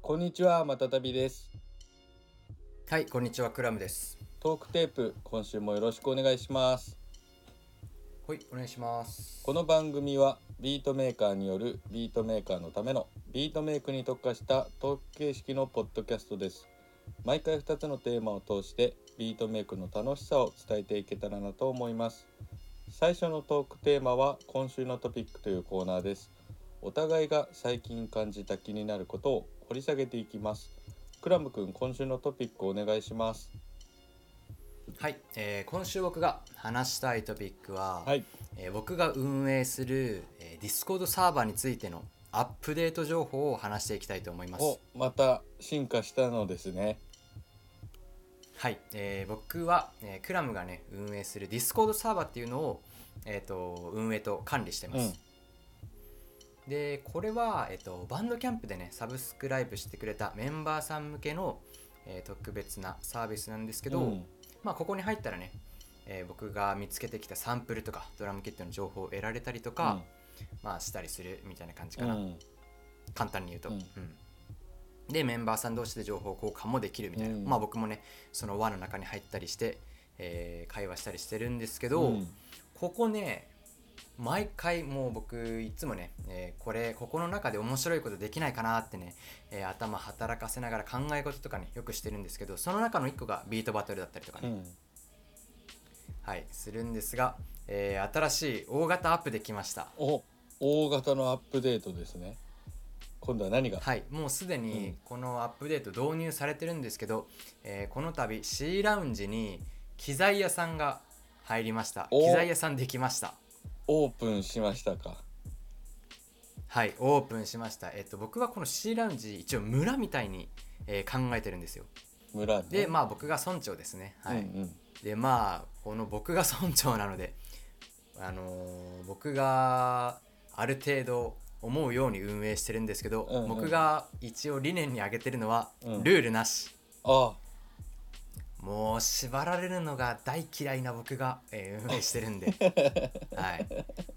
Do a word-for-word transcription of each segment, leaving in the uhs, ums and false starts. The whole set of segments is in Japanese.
こんにちは、またたびです。 はい、こんにちは、クラムです。 トークテープ、今週もよろしくお願いします。 はい、お願いします。 この番組はビートメーカーによるビートメーカーのためのビートメイクに特化したトーク形式のポッドキャストです。毎回ふたつのテーマを通してビートメイクの楽しさを伝えていけたらなと思います。最初のトークテーマは今週のトピックというコーナーです。お互いが最近感じた気になることを掘り下げていきます。クラム君、今週のトピックお願いします。 はい、えー、今週僕が話したいトピックは、 はい、 えー、僕が運営する、えー、Discord サーバーについてのアップデート情報を話していきたいと思います。 お、また進化したのですね。 はい、えー、僕は、えー、クラムがね運営する Discord サーバーっていうのを、えー、と運営と管理してます。うん、でこれは、えー、とバンドキャンプでねサブスクライブしてくれたメンバーさん向けの、えー、特別なサービスなんですけど、うんまあ、ここに入ったらね、えー、僕が見つけてきたサンプルとかドラムキットの情報を得られたりとか、うんまあ、したりするみたいな感じかな、うん、簡単に言うと、うんうん、でメンバーさん同士で情報交換もできるみたいな、うんまあ、僕もねその輪の中に入ったりして、えー、会話したりしてるんですけど、うん、ここね毎回もう僕いつもね、えー、これここの中で面白いことできないかなってね、えー、頭働かせながら考え事とかねよくしてるんですけど、その中のいっこがビートバトルだったりとかね、うん、はいするんですが、えー、新しい大型アップできました。 お、大型のアップデートですね。今度は何が？ はいもうすでにこのアップデート導入されてるんですけど、うんえー、この度 C ラウンジに機材屋さんが入りました。機材屋さんできました。 オープンしましたか？ はいオープンしました。えっと僕はこの C ラウンジ一応村みたいに、えー、考えてるんですよ。 村ね。 でまあ僕が村長ですね。はい、うんうん、でまあこの僕が村長なのであのー、僕がある程度思うように運営してるんですけど、うんうん、僕が一応理念に挙げてるのは、うん、ルールなし。ああもう縛られるのが大嫌いな僕が、えー、運営してるんで、はい、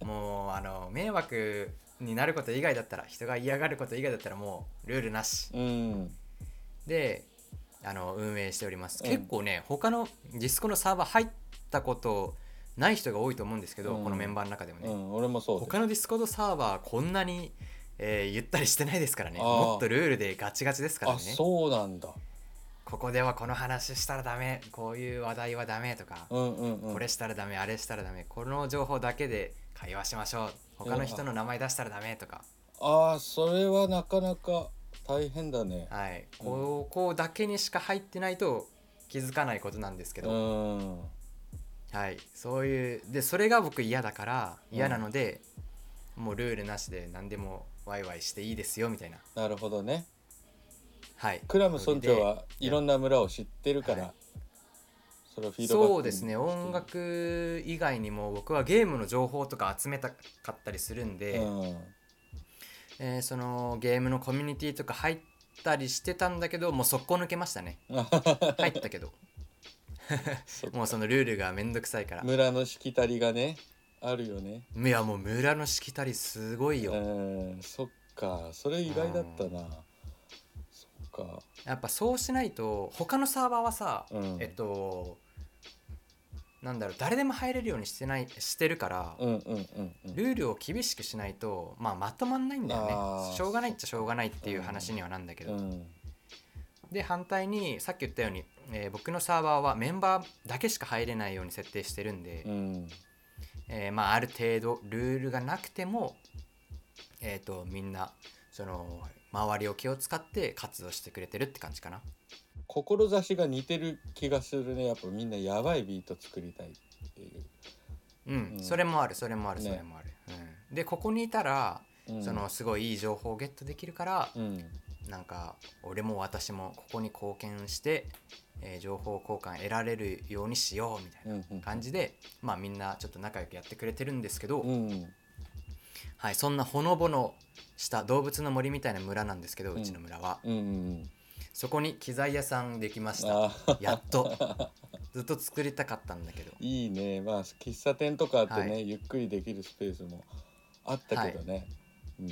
もうあの迷惑になること以外だったら人が嫌がること以外だったらもうルールなし、うん、であの運営しております、うん、結構ね他のディスコのサーバー入ったことない人が多いと思うんですけど、うん、このメンバーの中でもね、うん、 俺もそうです。 他のディスコードサーバーこんなに、えー、ゆったりしてないですからね。もっとルールでガチガチですからね。 あ、そうなんだ。 ここではこの話したらダメ、こういう話題はダメとか、うんうんうん、これしたらダメ、あれしたらダメ、この情報だけで会話しましょう、他の人の名前出したらダメとか。 ああ、それはなかなか大変だね。 はい、うん、ここだけにしか入ってないと気づかないことなんですけど、うんはい、そういうでそれが僕嫌だから嫌なので、うん、もうルールなしで何でもワイワイしていいですよみたいな。 なるほどね。 はい、 クラム村長はいろんな村を知ってるから、はい、 それをフィードバックそうですね。音楽以外にも僕はゲームの情報とか集めたかったりするんで、うんえー、そのゲームのコミュニティとか入ったりしてたんだけど、もう速攻抜けましたね。入ったけどもうそのルールがめんどくさいから。 村のしきたりがねあるよね。 いやもう村のしきたりすごいよ。 うんそっか、それ意外だったな。そっか、 やっぱそうしないと他のサーバーはさ、うん、えっとなんだろう誰でも入れるようにしてないしてるから、うんうんうんうん、ルールを厳しくしないと、まあ、まとまんないんだよね。しょうがないっちゃしょうがないっていう話にはなんだけど、うんうん、で反対にさっき言ったように、えー、僕のサーバーはメンバーだけしか入れないように設定してるんで、うんえーまあ、ある程度ルールがなくても、えーと、みんなその周りを気を使って活動してくれてるって感じかな。 志が似てる気がするね。やっぱみんなやばいビート作りたいっていう、 うん、うん、それもあるそれもある、ね、それもある、うん、でここにいたら、うん、そのすごいいい情報をゲットできるから、うん、なんか俺も私もここに貢献して、えー、情報交換得られるようにしようみたいな感じで、うん、まあみんなちょっと仲良くやってくれてるんですけど、うんはい、そんなほのぼのした動物の森みたいな村なんですけど、うん、うちの村は、うんうんうん、そこに機材屋さんできました。やっとずっと作りたかったんだけど。 いいね。まあ喫茶店とかあってね、はい、ゆっくりできるスペースもあったけどね、はいうん、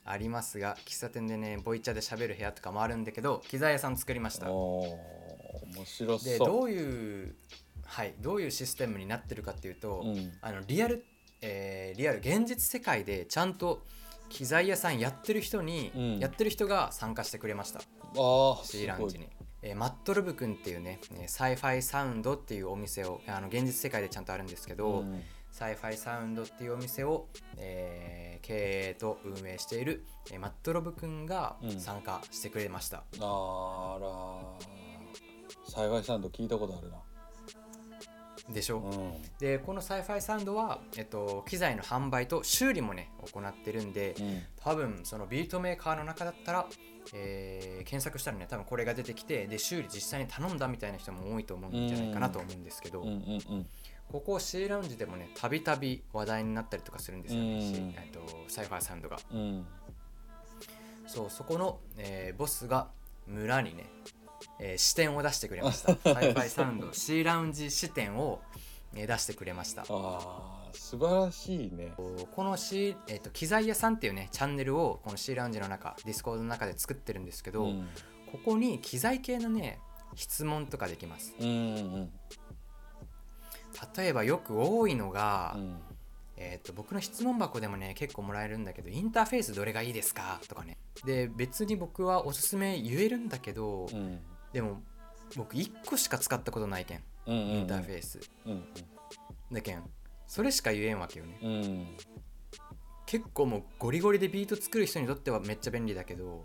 ありますが、喫茶店でねボイチャで喋る部屋とかもあるんだけど、機材屋さん作りました。 おー面白そう。 でどういうはいどういうシステムになってるかっていうと、 うん、 あのリアル、えーリアル現実世界でちゃんと機材屋さんやってる人に、 うん、 やってる人が参加してくれました。 あシーラウンジに、えーマットルブ君っていうね、サイファイサウンドっていうお店を、あの現実世界でちゃんとあるんですけど、うん、サイファイサウンドっていうお店を、えー、経営と運営している、えー、マットロブ君が参加してくれました。 うん、あらサイファイサウンド聞いたことあるな。 でしょ、 うん、 でこのサイファイサウンドは、えっと、機材の販売と修理もね行ってるんで、うん、多分そのビートメーカーの中だったら、えー、検索したらね多分これが出てきて、で修理実際に頼んだみたいな人も多いと思うんじゃないかなと思うんですけど、うんうんうんうん、ここ C ラウンジでもねたびたび話題になったりとかするんですよね、うんえっと、サイファイサウンドが、うん、そうそこの、えー、ボスが村にねえー、視点を出してくれました。サイファイサウンド C ラウンジ視点を、えー、出してくれました。 あー素晴らしいね。 この、C えー、と機材屋さんっていうねチャンネルをこの C ラウンジの中ディスコードの中で作ってるんですけど、うん、ここに機材系のね質問とかできます、うんうん、例えばよく多いのが、うんえー、と僕の質問箱でもね結構もらえるんだけど、インターフェースどれがいいですかとかね。で別に僕はおすすめ言えるんだけど、うんでも僕いっこしか使ったことないけん、うんうんうん、インターフェース、うんうん、だけんそれしか言えんわけよね、うん、結構もうゴリゴリでビート作る人にとってはめっちゃ便利だけど、うん、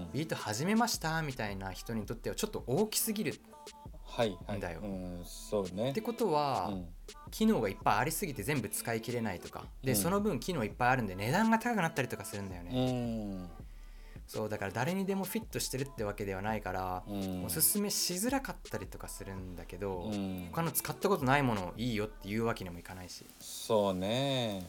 ビート始めましたみたいな人にとってはちょっと大きすぎるんだよ、はいはいうん、 そうね。 ってことは、うん、機能がいっぱいありすぎて全部使い切れないとかで、うん、その分機能いっぱいあるんで値段が高くなったりとかするんだよね、うんそうだから誰にでもフィットしてるってわけではないから、うん、おすすめしづらかったりとかするんだけど、うん、他の使ったことないものをいいよっていうわけにもいかないし。 そうね。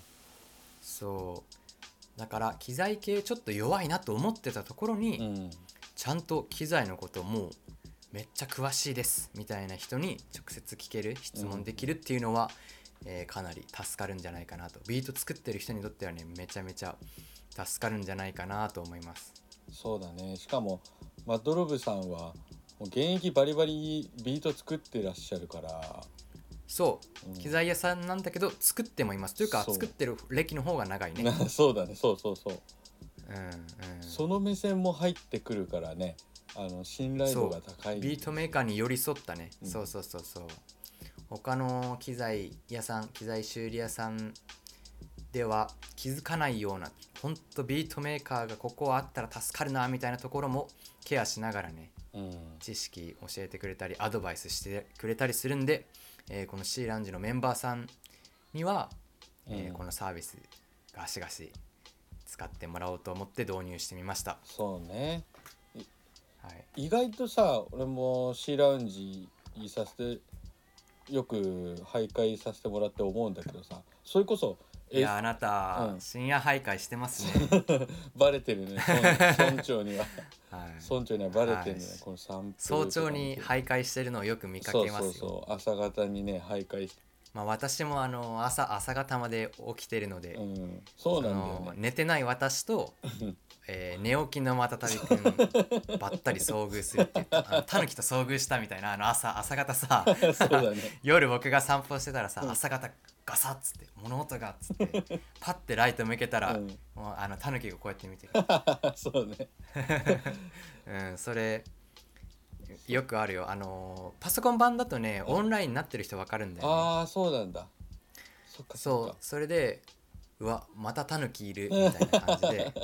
そうだから機材系ちょっと弱いなと思ってたところに、うん、ちゃんと機材のこともうめっちゃ詳しいですみたいな人に直接聞ける質問できるっていうのは、うんえー、かなり助かるんじゃないかなと。ビート作ってる人にとってはねめちゃめちゃ助かるんじゃないかなと思います。 そうだね。しかもマッドロブさんはもう現役バリバリビート作ってらっしゃるから。 そう、うん、機材屋さんなんだけど作ってもいますというか作ってる歴の方が長いねそうだねそうそうそう、うんうん、その目線も入ってくるからね、あの信頼度が高い。 ビートメーカーに寄り添ったね、うん、そうそうそうそう他の機材屋さん機材修理屋さんでは気づかないようなほんとビートメーカーがここあったら助かるなみたいなところもケアしながらね、うん、知識教えてくれたりアドバイスしてくれたりするんで、えー、この C ラウンジのメンバーさんには、うんえー、このサービスガシガシ使ってもらおうと思って導入してみました。 そうね、はい、意外とさ俺も C ラウンジさせてよく徘徊させてもらって思うんだけどさ、それこそいやあなた、うん、深夜徘徊してますねバレてるね村長には、はい、村長にはバレてるね、はい、このサンプル早朝に徘徊してるのをよく見かけますよ。そうそうそう朝方にね徘徊して、 まあ、私もあの 朝, 朝方まで起きてるので、うん、 そうなんだよね。 寝てない私と、えー、寝起きのまたたびくんばったり遭遇するっていうタヌキと遭遇したみたいなあの 朝, 朝方さそうだ、ね、 夜僕が散歩してたらさ、うん、朝方ガサッつって物音がっつってパッてライト向けたら、うん、もうあのタヌキがこうやって見てるそうね、 うん、それよくあるよ。あのー、パソコン版だとねオンラインになってる人分かるんだよね。 ああそうなんだ。 そっかそっか。そうそれでうわまたタヌキいるみたいな感じで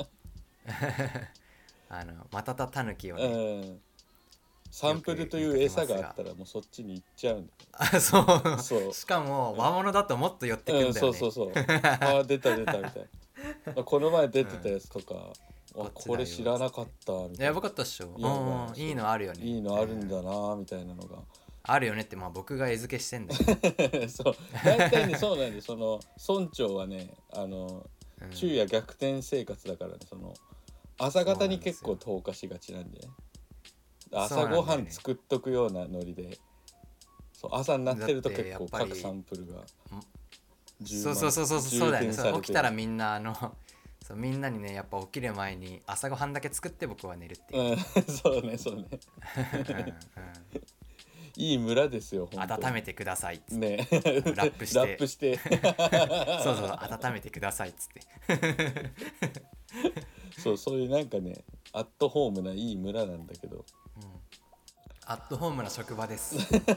あのまたたタヌキをね、うん、 サンプルという餌があったらもうそっちに行っちゃうんだ。 あそうそうしかも和物だともっと寄ってくるんだよね、うん、 そうそうそうあ出た出たみたいなこの前出てたやつとか、うん、あこれ知らなかったみたいな。 やばかったっしょ。いいのいいのあるよね。 いいのあるんだなみたいなのがあるよねって、まあ僕が餌付けしてんだよそう大体ねそうなんでその村長はねあの、うん、昼夜逆転生活だからね、その朝方に結構投下しがちなんで、ね、朝ごはん作っとくようなノリで、そう朝になってると結構各サンプルがそうそうそうそうそうだよね。起きたらみんなあのそうみんなにねやっぱ起きる前に朝ごはんだけ作って僕は寝るっていう、 うんそうねそうねうんうん、 いい村ですよ本当に温めてくださいっつって、 ねラップしてラップしてそうそう温めてくださいっつってそうそういうなんかねアットホームないい村なんだけど、 うん、アットホームな職場です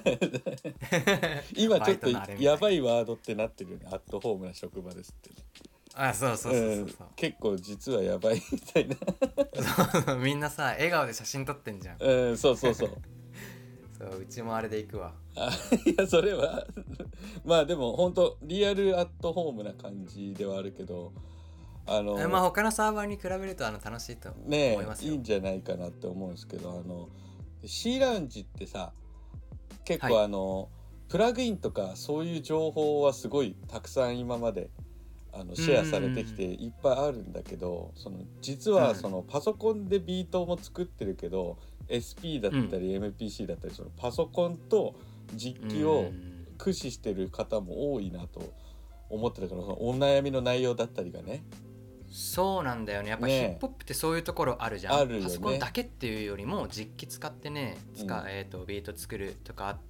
今ちょっとバイトのあれみたいやばいワードってなってるよね、アットホームな職場ですってね。 あそうそうそうそうそう、 うん結構実はやばいみたいなそうみんなさ笑顔で写真撮ってんじゃん、 うんそうそうそうそううちもあれで行くわ。 あいやそれはまあでも本当リアルアットホームな感じではあるけど、あのまあ他のサーバーに比べるとあの楽しいとね思いますよ。 いいんじゃないかなって思うんですけど、あの C ラウンジってさ結構はいあの、プラグインとかそういう情報はすごいたくさん今まであのシェアされてきていっぱいあるんだけど、その実はそのパソコンでビートも作ってるけど、エスピー だったり エムピーシー だったりそのパソコンと実機を駆使してる方も多いなと思ってたから、そのお悩みの内容だったりがね。 そうなんだよね。やっぱヒねップホップってそういうところあるじゃん。 あるよねパソコンだけっていうよりも実機使ってね、使うんえー、とビート作るとかあって、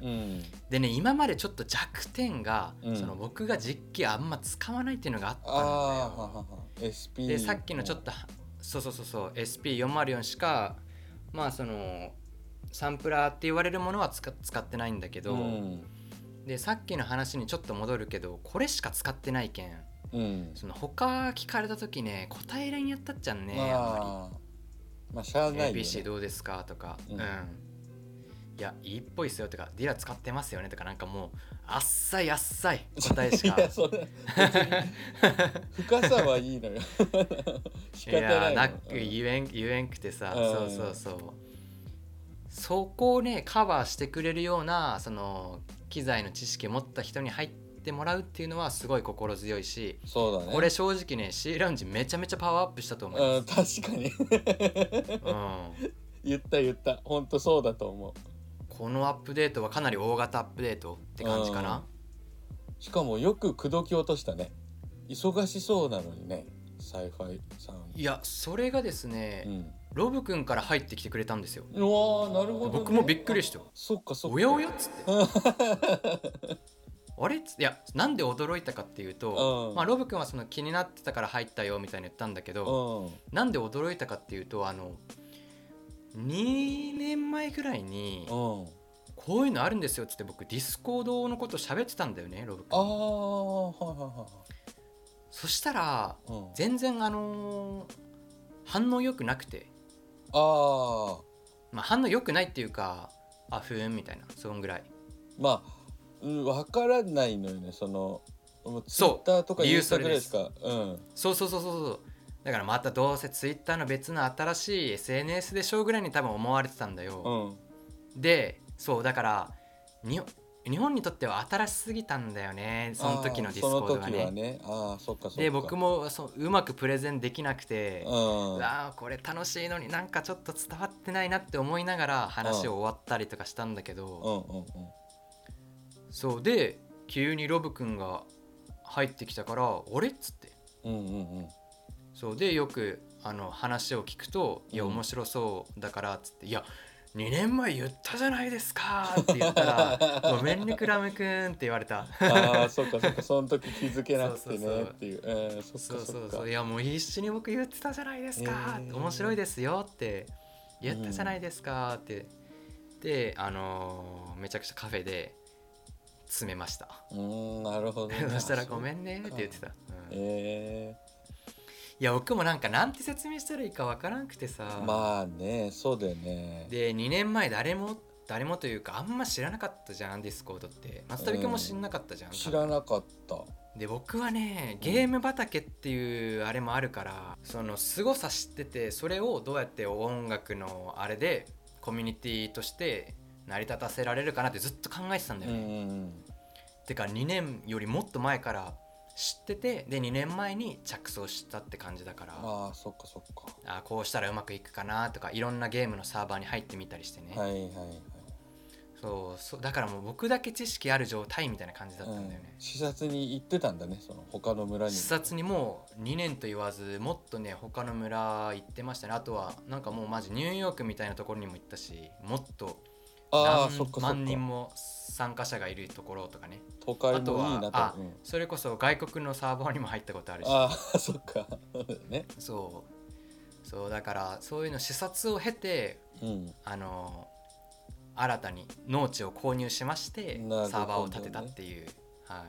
うんでね今までちょっと弱点が、 うんその僕が実機あんま使わないっていうのがあったんだあーははよ。 は エスピーでさっきのちょっとそうそうそうそう エスピーよんまるよん しかまあそのサンプラーって言われるものは使使ってないんだけど、 うんでさっきの話にちょっと戻るけどこれしか使ってないけん、 うんその他聞かれた時ね答えれんやったっちゃんね、あんままあまあしゃありないよエーピーシーね。 どうですかとか、 ううんん、いやいいっぽいっすよとかディラ使ってますよねとかなんかもうあっさいあっさい答えしかいやそれ深さはいいのよ仕い方ないのやなく言えん言えんくてさ、 うんそうそうそうそこをねカバーしてくれるようなその機材の知識を持った人に入ってもらうっていうのはすごい心強いし、 そうだねこれ正直ね C ラウンジめちゃめちゃパワーアップしたと思いうんます、 確かにうん、 言った言った本当そうだと思う。 このアップデートはかなり大型アップデートって感じかな。 しかもよく口説き落としたね。忙しそうなのにね、サイファイさん。 いやそれがですね、 うん、 ロブ君から入ってきてくれたんですよ。 うわーなるほど、ね、 僕もびっくりした。 そっかそっか。 おやおやっつってあれっつっていやなんで驚いたかっていうと、 うんまあ、ロブ君はその気になってたから入ったよみたいに言ったんだけど、 うんなんで驚いたかっていうとあのにねんまえぐらいにうんこういうのあるんですよっつって僕ディスコードのこと喋ってたんだよねロブああ君。 はいはいはいそしたらうん全然あのー反応良くなくて、 ああまあ、反応良くないっていうかあふーんみたいなそんぐらい。 まあ、うん、分からないのよねそのツイそうッターとか理インスタ由それですぐらいしかうんそうそうそうそうそうだからまたどうせツイッターの別の新しい エスエヌエス でしょうぐらいに多分思われてたんだよ、 うんでそうだからに日本にとっては新しすぎたんだよねその時のディスコードがその時はね。 ねああそっかそっかで僕もそううまくプレゼンできなくて、 うんうわーこれ楽しいのになんかちょっと伝わってないなって思いながら話を終わったりとかしたんだけど、 うんうんうんそうで急にロブ君が入ってきたから「俺?」っつってうんうんうんそうでよくあの話を聞くと「いやうん面白そうだから」っつって「いやにねんまえ言ったじゃないですか」って言ったら「ごめんねクラムくん」って言われた。 ああそっかそっかその時気づけなくてそうそうそうねっていううんそっかそうそっかそうそういやもう必死に僕言ってたじゃないですか、 えー面白いですよって言ったじゃないですかって、であのーめちゃくちゃカフェで詰めましたうーんなるほど、ね、 そしたらごめんねって言ってた、うんえいや僕もなんかなんて説明したらいいかわからんくてさ、 ー、まあねそうだよねでにねんまえ誰も誰もというかあんま知らなかったじゃんディスコードって松田君も知らなかったじゃん、 知らなかったで僕はねゲーム畑っていうあれもあるからその凄さ知っててそれをどうやって音楽のあれでコミュニティとして成り立たせられるかなってずっと考えてたんだよね、 うんうんてかにねんよりもっと前から知っててでにねんまえに着想したって感じだからああそっかそっかあこうしたらうまくいくかなとかいろんなゲームのサーバーに入ってみたりしてね、 はいはいはいそうそうだからもう僕だけ知識ある状態みたいな感じだったんだよね、 うん、視察に行ってたんだね、その他の村に。 視察にもうにねんと言わずもっとね他の村行ってましたね。あとはなんかもうマジニューヨークみたいなところにも行ったし、もっとあーそっかそっか何万人も参加者がいるところとかね。 都会あともいいなと。 はあ、 うん、 それこそ外国のサーバーにも入ったことあるし。 ああそっかね。 そうそうだからそういうの視察を経て、 うん、 あの新たに農地を購入しましてなるほどねサーバーを立てたっていう、はい、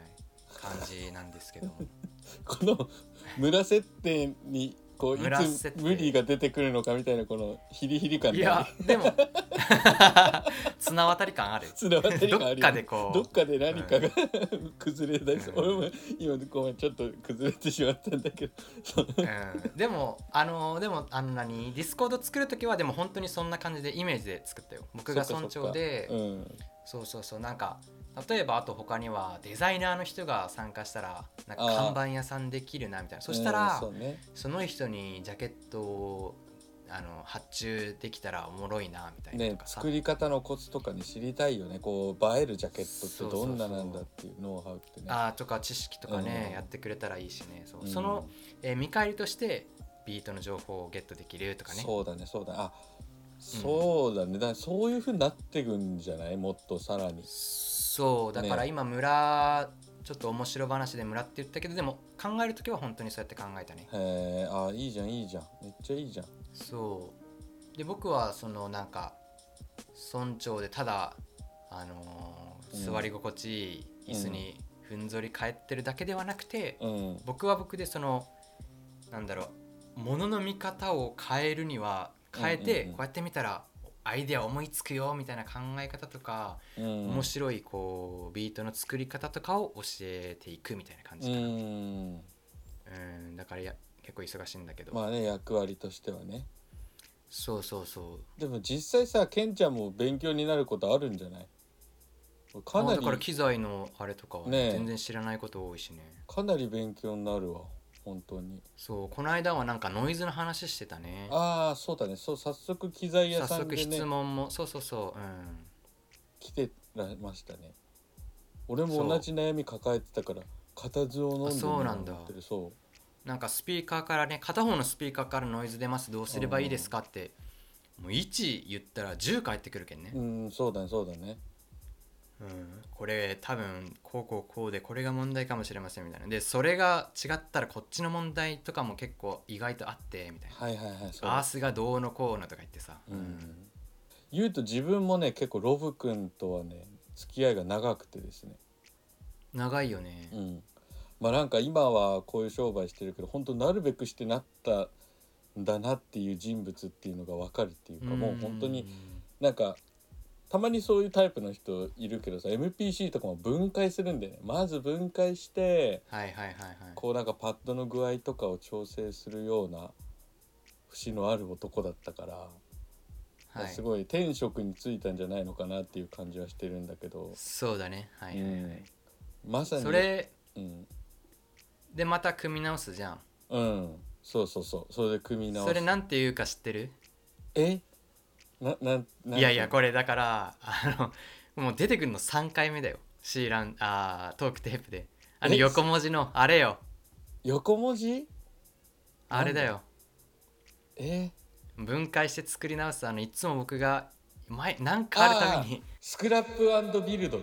感じなんですけどもこの村設定にこうい村設定つ無理が出てくるのかみたいなこのヒリヒリ感いやでも綱渡り感ある綱渡り感あるよね。 どっかでこうどっかで何かが、うん、崩れ出し、 うん俺も今ごめんちょっと崩れてしまったんだけどうん、でもあのでもあんなにディスコード作るときはでも本当にそんな感じでイメージで作ったよ。僕が村長でそっかそっか、うん、 そうそうそうなんか例えばあと他にはデザイナーの人が参加したらなんか看板屋さんできるなみたいな。そしたら、 うん そうね、 その人にジャケットをあの発注できたらおもろいなみたいなねとかさ、 作り方のコツとかに知りたいよね。こう映えるジャケットってどんななんだっていうノウハウってね。 あーとか知識とかね、 うんやってくれたらいいしね。そう、 うんその、えー見返りとしてビートの情報をゲットできるとかね。 そうだねそうだねあそうだね、だからそういう風になっていくんじゃない、もっとさらに。 そうだから今村、ちょっと面白話で村って言ったけどでも考えるときは本当にそうやって考えたね。 へえ、あいいじゃんいいじゃん、めっちゃいいじゃん。 そうで僕はそのなんか村長でただあのーうん座り心地いい椅子にふんぞり返ってるだけではなくて、 うん僕は僕でそのなんだろう物の見方を変えるには変えて、 うんうんうんこうやって見たらアイデア思いつくよみたいな考え方とか、 うん面白いこうビートの作り方とかを教えていくみたいな感じうかな。 んうんだからや結構忙しいんだけど、 まあね役割としてはね。 そうそうそうでも実際さケンちゃんも勉強になることあるんじゃない？かなりあだから機材のあれとかは、ねねえ全然知らないこと多いしね。 かなり勉強になるわ本当に。 そうこの間はなんかノイズの話してたね。 ああそうだね、そう早速機材屋早速さんでね質問もそうそうそううん来てらましたね。俺も同じ悩み抱えてたから固唾を飲んであそうなんだ思ってる。そなんかスピーカーからね片方のスピーカーからノイズ出ますどうすればいいですかってもういち言ったらじゅう返ってくるけんね。 ううんそうだねそうだね。 うん、これ多分こうこうこうでこれが問題かもしれませんみたいな。でそれが違ったらこっちの問題とかも結構意外とあってみたいな。 はいはいはいそうアースがどうのこうのとか言ってさ、 うん言うと自分もね結構ロブ君とはね付き合いが長くてですね。 長いよね。 うんまあなんか今はこういう商売してるけど本当なるべくしてなったんだなっていう人物っていうのが分かるっていうか、もう本当になんかたまにそういうタイプの人いるけどさ エムピーシー とかも分解するんだよね。まず分解してはいはいはいはいこうなんかパッドの具合とかを調整するような節のある男だったから、 はいすごい天職についたんじゃないのかなっていう感じはしてるんだけど、 そうだねはいはいはい、 うんまさにそれうんでまた組み直すじゃん。 うんそうそうそうそれで組み直す。 それなんていうか知ってる？ えななないやいやこれだからあのもう出てくるのさんかいめだよ。シーランあートークテープであのえ横文字のあれよ横文字あれだよ。 え分解して作り直すあのいつも僕が前なんかあるたびにスクラップ&ビルド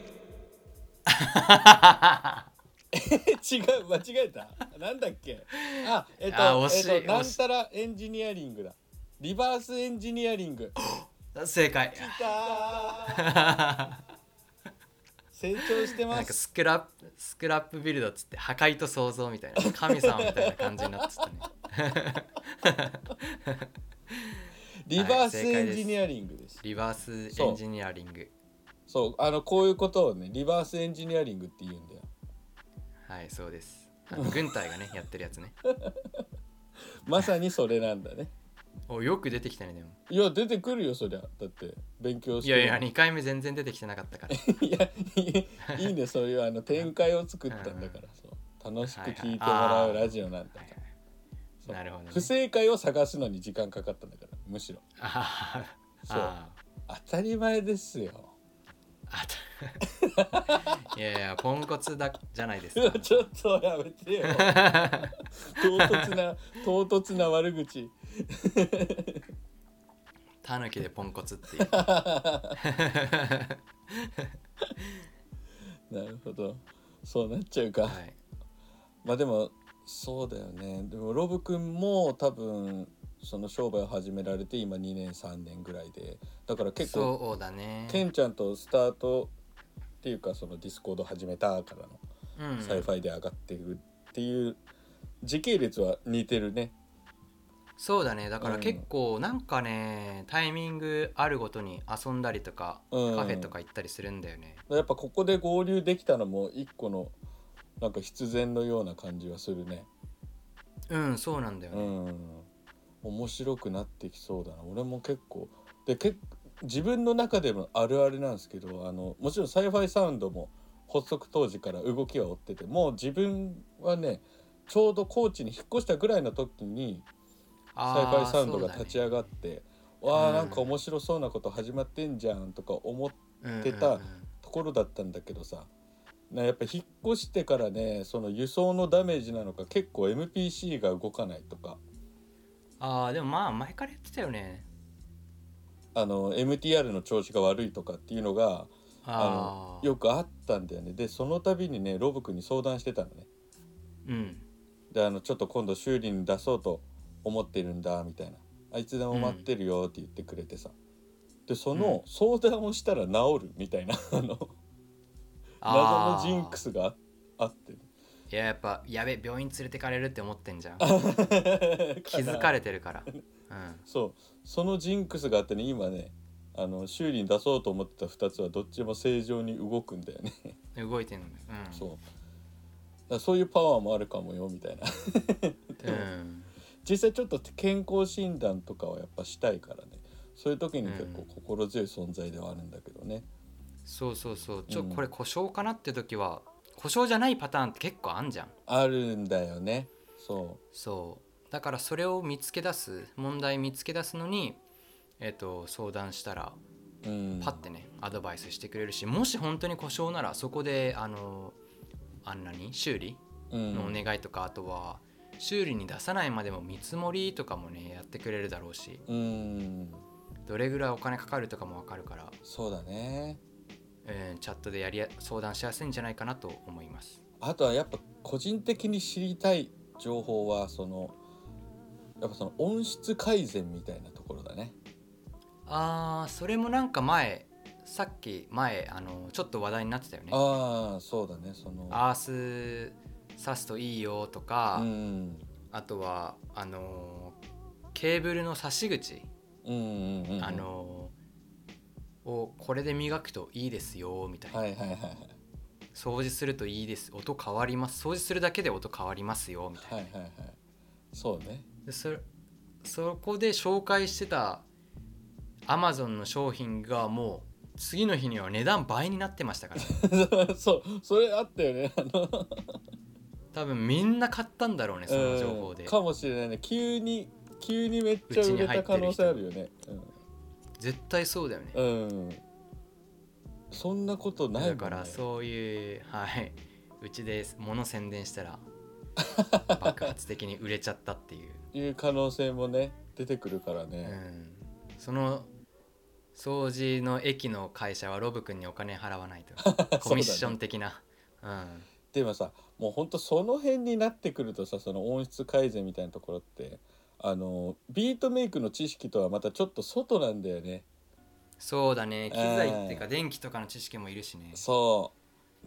違う間違えたなんだっけあえっとあ惜しいえっとなん惜しいたらエンジニアリングだ。リバースエンジニアリング正解きたー成長してなんかます。 スクラップスクラップビルドっつって破壊と創造みたいな神様みたいな感じになってたねリバースエンジニアリングです。 リバースエンジニアリングそうあのこういうことをねリバースエンジニアリングって言うんだよ。 はいそうです。あの軍隊がねやってるやつね。 まさにそれなんだね。 およく出てきたねでも。 いや出てくるよそりゃ。だって勉強していやいやにかいめ全然出てきてなかったからいやいいいいねそういうあの展開を作ったんだから、そう楽しく聞いてもらうラジオなんだから、 はいはいそうなるほどね不正解を探すのに時間かかったんだからむしろあーそうあ当たり前ですよ。 いやいやポンコツだじゃないですか。 ちょっとやめてよ唐突な唐突な悪口タヌキでポンコツっていうなるほど、そうなっちゃうか、 はい、 まあでもそうだよね。でもロブ君も多分その商売を始められて今にねんさんねんぐらいで、だから結構そうだね。 ケンちゃんとスタートっていうかそのディスコード始めたからの、 うん、 サイファイで上がっていくっていう時系列は似てるね。 そうだね。だから結構なんかね、タイミングあるごとに遊んだりとか、 うん、 カフェとか行ったりするんだよね。 やっぱここで合流できたのも一個のなんか必然のような感じはするね。 うんそうなんだよね。 うん、面白くなってきそうだな。俺も結構でけ自分の中でもあるあるなんですけど、あのもちろんサイファイサウンドも発足当時から動きは追ってて、もう自分はねちょうど高知に引っ越したぐらいの時にサイファイサウンドが立ち上がって、わあなんか面白そうなこと始まってんじゃんとか思ってたところだったんだけどさ、なやっぱ引っ越してからね、その輸送のダメージなのか結構 エムピーシー が動かないとか、 ああでもまあ前から言ってたよね。 あの エムティーアール の調子が悪いとかっていうのがあのあよくあったんだよね。でその度にねロブ君に相談してたのね。 うんであのちょっと今度修理に出そうと思ってるんだみたいな、あいつでも待ってるよって言ってくれてさ、でその相談をしたら治るみたいなあの謎のジンクスがあってね、 いややっぱやべ病院連れてかれるって思ってんじゃん気づかれてるから、うん、 そうそのジンクスがあってね、今ねあの修理に出そうと思ってたふたつはどっちも正常に動くんだよね動いてんのね、うん、 そうだからそういうパワーもあるかもよみたいなうん実際ちょっと健康診断とかはやっぱしたいからね、そういう時に結構心強い存在ではあるんだけどね、 うん、そうそうそうちょ、 うん、 これ故障かなって時は故障じゃないパターンって結構あんじゃん。 あるんだよね。そうそうだからそれを見つけ出す問題見つけ出すのにえっと相談したらうん、 パッてねアドバイスしてくれるし、もし本当に故障ならそこであのあんなに修理のお願いとか、あとは修理に出さないまでも見積もりとかもねやってくれるだろうし、 うん、 どれぐらいお金かかるとかも分かるから、 そうだね。 えーチャットでやりや相談しやすいんじゃないかなと思います。 あとはやっぱ個人的に知りたい情報はそのやっぱその音質改善みたいなところだね。 あーそれもなんか前さっき前あのちょっと話題になってたよね。 ああそうだね、そのアース挿すといいよとか、 うん、 あとはあのケーブルの差し口、 うんうんうんうん、 あのをこれで磨くといいですよみたいな、 はいはいはいはい、 掃除するといいです、音変わります、掃除するだけで音変わりますよみたいな、 はいはいはい、そうね。 で そ, そこで紹介してた Amazon の商品がもう次の日には値段倍になってましたから、ね、 そうそれあったよね、あの多分みんな買ったんだろうねその情報で、 かもしれないね。急に急にめっちゃ売れた可能性あるよね。 絶対そうだよね、 うん、うん、そんなことないもんね。 だからそういうはいうちで物宣伝したら爆発的に売れちゃったっていういう可能性もね出てくるからね、 うん、その掃除の駅の会社はロブ君にお金払わないとコミッション的な、うん、 でもさもうほんとその辺になってくるとさ、その音質改善みたいなところってあのビートメイクの知識とはまたちょっと外なんだよね。 そうだね、機材っていうか電気とかの知識もいるしね。 そう、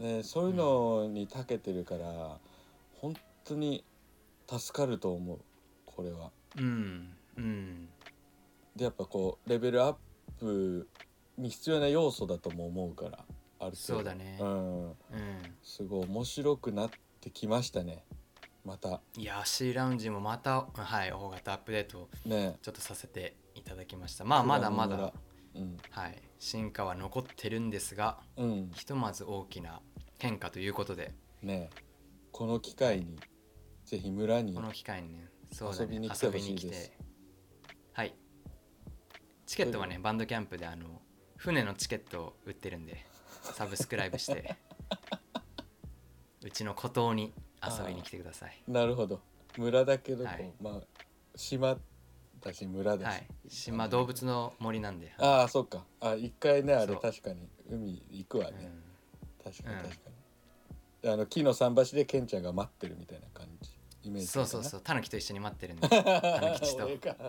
ね、そういうのに長けてるから、うん、本当に助かると思うこれは。 うんうんでやっぱこうレベルアップに必要な要素だとも思うから、ある程度そうだね、 うんうん、 すごい面白くなってきましたね。またいや C ラウンジもまたはい大型アップデートねちょっとさせていただきました。まあまだまだ、 うん、 はい進化は残ってるんですが、 うん、 ひとまず大きな変化ということでねこの機会にぜひ村にこの機会にね、そうだね、 遊びに来てほしいです。 はいチケットはねバンドキャンプであの船のチケットを売ってるんでサブスクライブしてうちの孤島に遊びに来てください。 なるほど。村だけどこう、 はい、 まあ島だし村だし、はい、 島動物の森なんで。 ああそっか。あ一回ねあれ確かに海行くわね、うん、確かに確かに、うん、あの木の桟橋でケンちゃんが待ってるみたいな感じイメージ。 そうそうそう、タヌキと一緒に待ってるんでタヌキチと俺か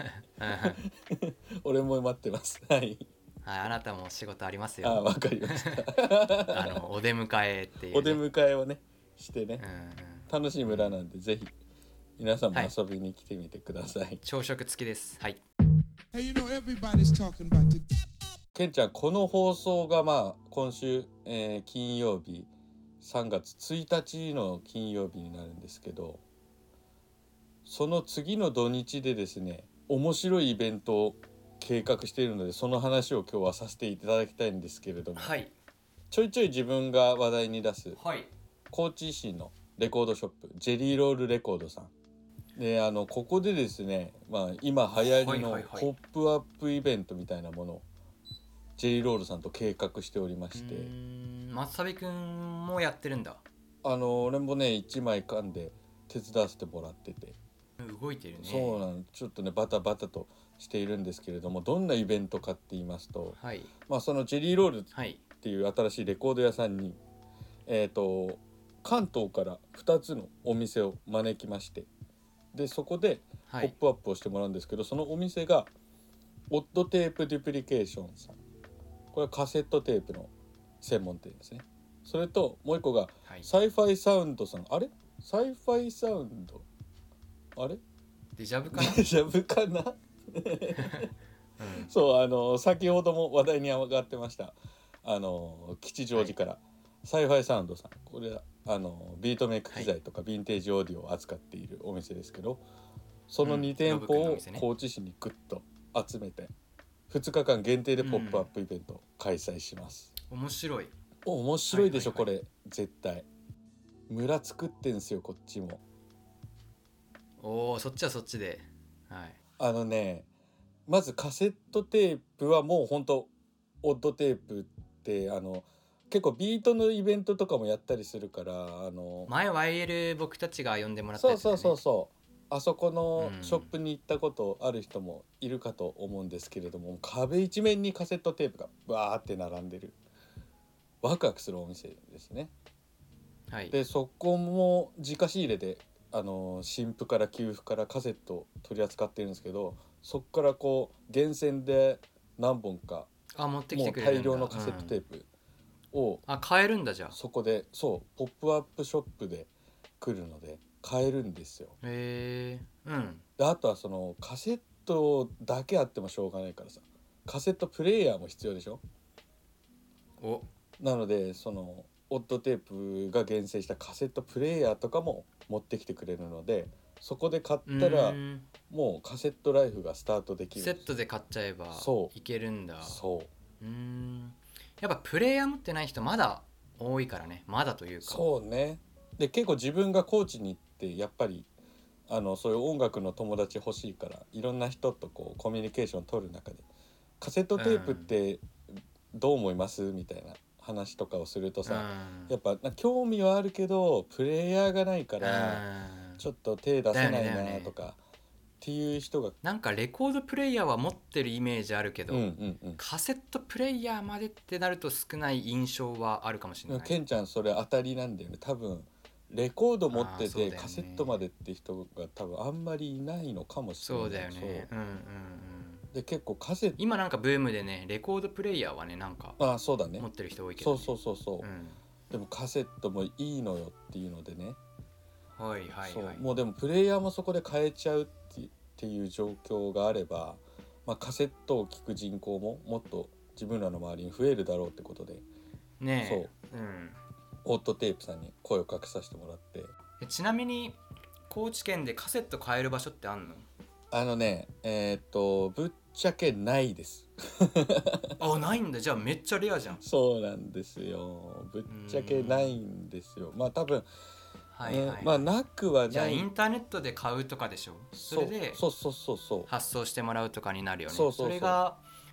俺も待ってますはい、 はい、あなたも仕事ありますよ。 あわかりましたあのお出迎えっていう、ね、 お出迎えをねしてね、うんうん、楽しい村なんで、うん、ぜひ皆さんも遊びに来てみてください、はい、 朝食付きです。はい。 Hey, you know, everybody's talking about the... ケンちゃんこの放送がまあ今週、えー、金曜日さんがつついたちの金曜日になるんですけど、その次の土日でですね面白いイベントを計画しているので、その話を今日はさせていただきたいんですけれども、 はい、 ちょいちょい自分が話題に出す、 はい、 高知市のレコードショップジェリーロールレコードさんで、あのここでですね、まあ、今流行りのポップアップイベントみたいなものをジェリーロールさんと計画しておりまして、うーん、松旅くんもやってるんだ。 あの俺もねいちまい噛んで手伝わせてもらってて、 動いてるね。 そうなの、ちょっとねバタバタとしているんですけれども、どんなイベントかって言いますと、 はい、 まあ、そのジェリーロールっていう新しいレコード屋さんに、えーと関東からふたつのお店を招きまして、でそこでポップアップをしてもらうんですけど、はい、そのお店がオッドテープデュプリケーションさん、これはカセットテープの専門店ですね。それともう一個が、はい、サイファイサウンドさん、あれサイファイサウンドあれデジャブかなデジャブかな、うん、そうあの先ほども話題に上がってましたあの吉祥寺から、はい、サイファイサウンドさん、これはあのビートメイク機材とかヴィンテージオーディオを扱っているお店ですけど、そのに店舗を高知市にグッと集めてふつかかん限定でポップアップイベントを開催します、 うん、面白い面白いでしょ、はいはいはい、これ絶対村作ってんすよこっちも。 おー、そっちはそっちで、はい、 あのねまずカセットテープはもうほんとオッドテープってあの結構ビートのイベントとかもやったりするから、あの前 ワイエル 僕たちが呼んでもらったやつだよね。 そうそうそうそう、あそこのショップに行ったことある人もいるかと思うんですけれども、壁一面にカセットテープがバーって並んでるワクワクするお店ですね、はい、でそこも自家仕入れであの新譜から旧譜からカセットを取り扱ってるんですけど、そこからこう厳選で何本かあ持ってきてくれるんだ、 もう大量のカセットテープを、うん、 あ買えるんだ。じゃあそこでそうポップアップショップで来るので買えるんですよ。 へえ、うん。 であとはそのカセットだけあってもしょうがないからさ、カセットプレイヤーも必要でしょ。 おなのでそのオッドテープが厳選したカセットプレイヤーとかも持ってきてくれるので、そこで買ったらもうカセットライフがスタートできる。 セットで買っちゃえばいけるんだ。 そう、 うーん、やっぱプレイヤー持ってない人まだ多いからね。まだというかそうね。で結構自分が高知に行ってやっぱりあのそういう音楽の友達欲しいからいろんな人とこうコミュニケーション取る中でカセットテープってどう思います、みたいな話とかをするとさ、やっぱ興味はあるけどプレイヤーがないからちょっと手出せないなとかっていう人が、 なんかレコードプレイヤーは持ってるイメージあるけど、 うんうんうん、 カセットプレイヤーまでってなると少ない印象はあるかもしれない。 ケンちゃんそれ当たりなんだよね。多分レコード持ってて、ね、カセットまでって人が多分あんまりいないのかもしれない。 そうだよね。うんうんうん。 で結構カセット今なんかブームでね、レコードプレイヤーはねなんかあそうだね持ってる人多いけど、ね、 そうそうそうそう、うん、でもカセットもいいのよっていうのでね、 はいはいはい、 そうもうでもプレイヤーもそこで変えちゃうってっていう状況があれば、まあ、カセットを聴く人口ももっと自分らの周りに増えるだろうってことでねえ、 そう、うん、オッドテープさんに声をかけさせてもらって。 えちなみに高知県でカセット買える場所ってあんの？ あのねえー、っとぶっちゃけないですあないんだ。じゃあめっちゃレアじゃん。 そうなんですよ、ぶっちゃけないんですよ。まあ多分はいはいはい、 うん、まあなくはない。 じゃあインターネットで買うとかでしょ。それでそうそうそうそう発送してもらうとかになるよね。 そうそうそう、 それが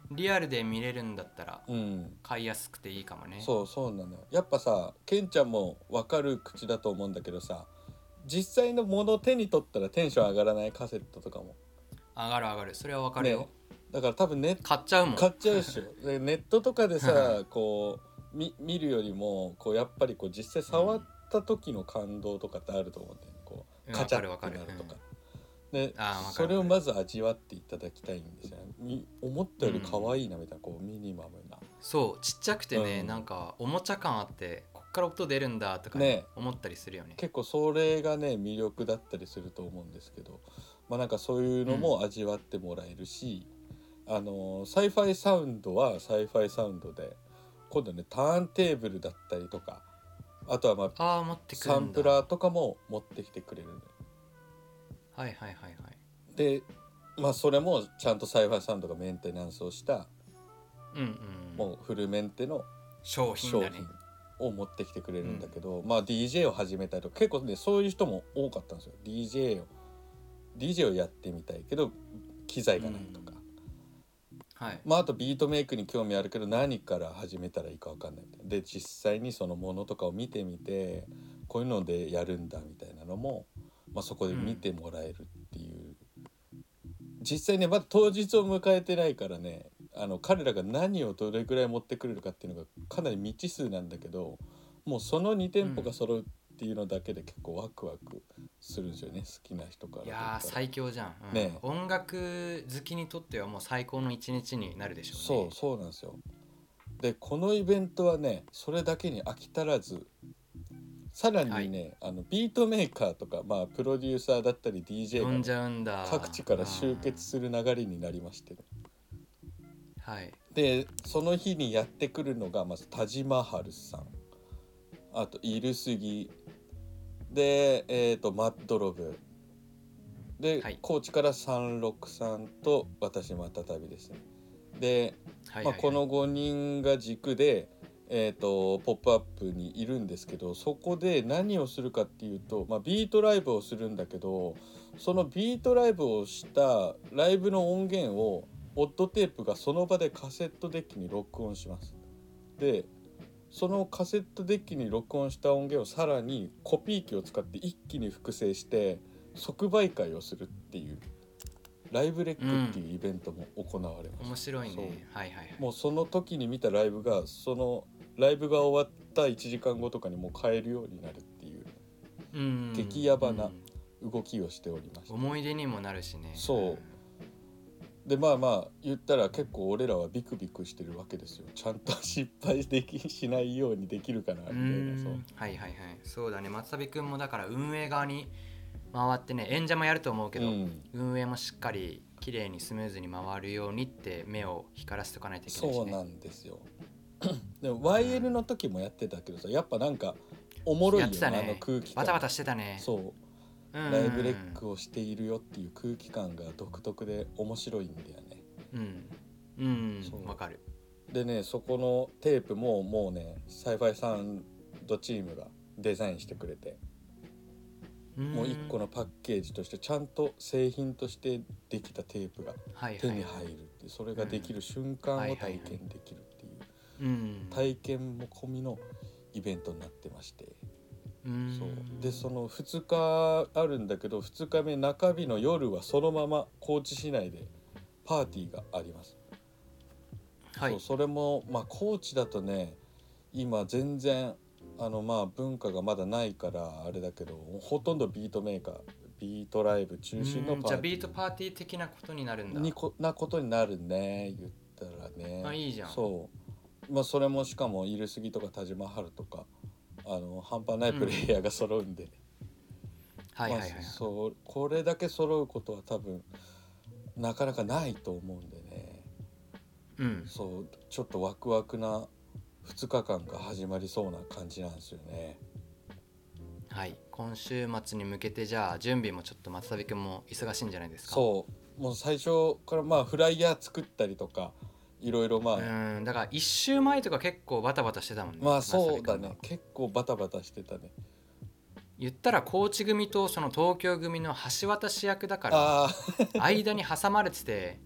リアルで見れるんだったらうん買いやすくていいかもね。 そうそうなのよ。やっぱさケンちゃんも分かる口だと思うんだけどさ、実際のものを手に取ったらテンション上がらない？カセットとかも上がる上がる、それは分かるよ、 ね。だから多分ね買っちゃうもん。 買っちゃうでしょでネットとかでさこう見見るよりもこうやっぱりこう実際触った時の感動とかってあると思うんだよね。こうカチャッてなるとかでそれをまず味わっていただきたいんですよね。思ったより可愛いなみたいな、こうミニマムな、 そうちっちゃくてね、 うん、 なんかおもちゃ感あってこっから音出るんだとかねね思ったりするよね。 結構それがね魅力だったりすると思うんですけど、まあなんかそういうのも味わってもらえるし、うん、あのサイファイサウンドはサイファイサウンドで今度ねターンテーブルだったりとか、あとはまああー持ってくるんだ、 サンプラーとかも持ってきてくれるのよ。 はいはいはいはい。 でまあそれもちゃんとサイファイサウンドがメンテナンスをしたうんうん、 もうフルメンテの商品だね、 商品を持ってきてくれるんだけど、うん、まあ ディージェー を始めたりとか結構ねそういう人も多かったんですよ。 ディージェー を ディージェー をやってみたいけど機材がないとか、 うん、はい、 まああとビートメイクに興味あるけど何から始めたらいいか分かんないみたいなで実際にそのものとかを見てみてこういうのでやるんだみたいなのも、まあ、そこで見てもらえるっていう、うん、実際ねまだ当日を迎えてないからね、あの彼らが何をどれぐらい持ってくれるかっていうのがかなり未知数なんだけど、もうそのに店舗が揃うっていうのだけで結構ワクワクするんですよね、好きな人から。 いやー最強じゃん、うん、 ね、 音楽好きにとってはもう最高の一日になるでしょうね。 そうそうなんですよ。でこのイベントはねそれだけに飽き足らずさらにね、はい、あのビートメーカーとか、まあ、プロデューサーだったり ディージェー が、ね、 呼んじゃうんだ、 各地から集結する流れになりまして、ね、 はい、 でその日にやってくるのがまずタジマハルさん、あとイルスギで、えー、とマッドロブで、はい、高知からさんろくさんと私またたびですね。で、はいはいはい、まあ、このごにんが軸でえーと、ポップアップにいるんですけど、そこで何をするかっていうと、まあ、ビートライブをするんだけど、そのビートライブをしたライブの音源をオッドテープがその場でカセットデッキに録音します。でそのカセットデッキに録音した音源をさらにコピー機を使って一気に複製して即売会をするっていうライブレックっていうイベントも行われます、 うん、面白いね。はいはいはい。 もうその時に見たライブがそのライブが終わったいちじかんごとかにもう買えるようになるっていう、うん、激ヤバな動きをしておりました、 うん、思い出にもなるしね。 そうでまあまあ言ったら結構俺らはビクビクしてるわけですよ。ちゃんと失敗できしないようにできるかなみたいな。そうはいはいはい、そうだね。松旅くんもだから運営側に回ってね、演者もやると思うけど、うん、運営もしっかり綺麗にスムーズに回るようにって目を光らせておかないといけないしね。 そうなんですよでも ワイエル の時もやってたけどさ、やっぱなんかおもろいよね、あの空気感。 バタバタしてたね。 そう、うん、ライブレックをしているよっていう空気感が独特で面白いんだよね。 うんうん、わかる。 でね、そこのテープももうねサイファイサウンドチームがデザインしてくれて、もう一個のパッケージとしてちゃんと製品としてできたテープが手に入るって、それができる瞬間を体験できるっていう体験も込みのイベントになってまして、そうでそのふつかあるんだけど、ふつかめ中日の夜はそのまま高知市内でパーティーがあります、はい、そうそれもまあ高知だとね今全然あのまあ文化がまだないからあれだけど、ほとんどビートメーカービートライブ中心のパーティー、 じゃあビートパーティー的なことになるんだ。 にこなことになるね、言ったらね。 あ、いいじゃん。 そうまあそれもしかもイルスギとかタジマハルとかあの半端ないプレイヤーが揃うんで、うん、はいはいはい、まあ、そうこれだけ揃うことは多分なかなかないと思うんでね、うん、そうちょっとワクワクなふつかかんが始まりそうな感じなんですよね。 はい、今週末に向けてじゃあ準備もちょっと松旅くんも忙しいんじゃないですか。 そうもう最初からまあフライヤー作ったりとかいろいろまあうんだからいっ週前とか結構バタバタしてたもんね。 まあそうだね、結構バタバタしてたね。 言ったら高知組とその東京組の橋渡し役だから間に挟まれてて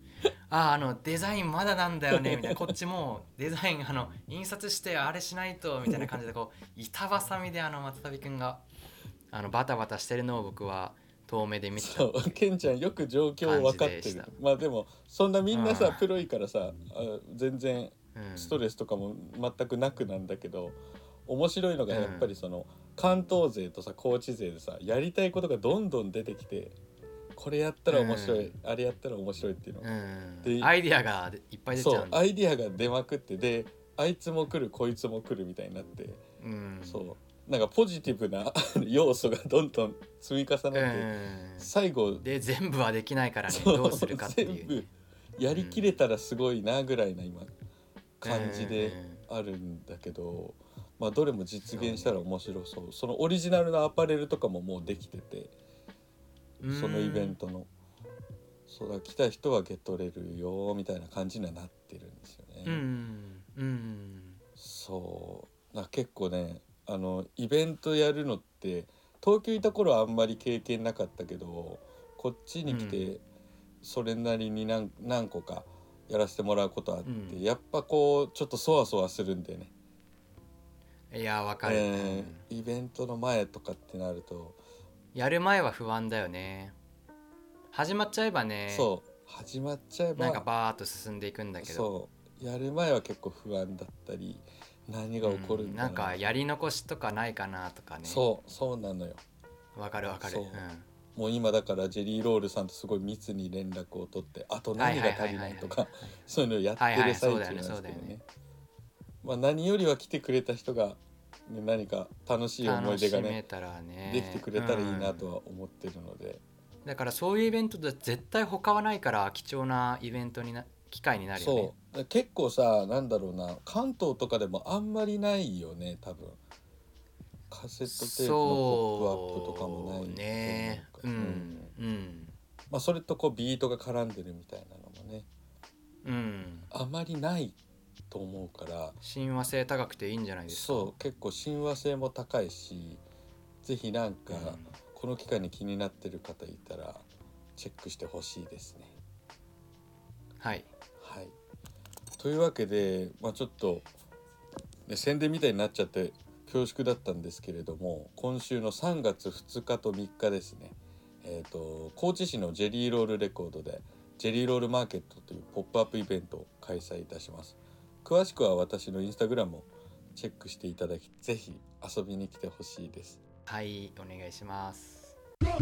ああのデザインまだなんだよねみたいな、こっちもデザインあの印刷してあれしないとみたいな感じでこう板挟みであの松旅くんがあのバタバタしてるのを僕は遠目で見てたそう、ケンちゃんよく状況分かってる。まあでもそんなみんなさ、 うんプロいからさ、あ全然うんストレスとかも全くなくなんだけど、面白いのがやっぱりその、関東勢とさ高知勢でさやりたいことがどんどん出てきて、これやったら面白い、 うんあれやったら面白いっていうの、 うんでアイディアがいっぱい出ちそうゃうんだ。 アイディアが出まくって、であいつも来るこいつも来るみたいになって、 うんそうなんかポジティブな要素がどんどん積み重なって、 うん最後で全部はできないからね、 そうどうするかっていう、 全部ね、 やりきれたらすごいなぐらいな今感じでうんあるんだけど、まあどれも実現したら面白そう。そのオリジナルのアパレルとかももうできてて、そのイベントのそうだ来た人はゲットれるよみたいな感じにはなってるんですよね。 うんうんそうな結構ね、あのイベントやるのって東京いた頃はあんまり経験なかったけど、こっちに来てそれなりに 何, 何個かやらせてもらうことあって、うん、やっぱこうちょっとそわそわするんだよね。 いやわかる、 えー、イベントの前とかってなるとやる前は不安だよね。始まっちゃえばね、 そう始まっちゃえばなんかバーッと進んでいくんだけど、 そうやる前は結構不安だったり、何が起こるんだろう、 うん、なんかやり残しとかないかなとかね。 そうそうなのよ。 わかるわかる。 そう、うん、もう今だからジェリーロールさんとすごい密に連絡を取って、あと何が足りないとかそういうのをやってる最中なんですけどね。まあ何よりは来てくれた人が、ね、何か楽しい思い出が ね, ねできてくれたらいいなとは思ってるので、 うん、だからそういうイベントで絶対他はないから貴重なイベントにな機会になるよね。 そう結構さ、なんだろうな、関東とかでもあんまりないよね多分。カセットテープのポップアップとかもないね。うん、うん、 まあそれとこうビートが絡んでるみたいなのもね、 うん、 あまりないと思うから、 親和性高くていいんじゃないですか。 そう結構親和性も高いし、ぜひなんかこの機会に気になってる方いたらチェックしてほしいですね。 はいはい。というわけで、まあ、ちょっと、ね、宣伝みたいになっちゃって恐縮だったんですけれども、今週のさんがつふつかとみっかですね、えーと、高知市のジェリーロールレコードでジェリーロールマーケットというポップアップイベントを開催いたします。詳しくは私のインスタグラムをチェックしていただき、ぜひ遊びに来てほしいです。 はい、お願いします。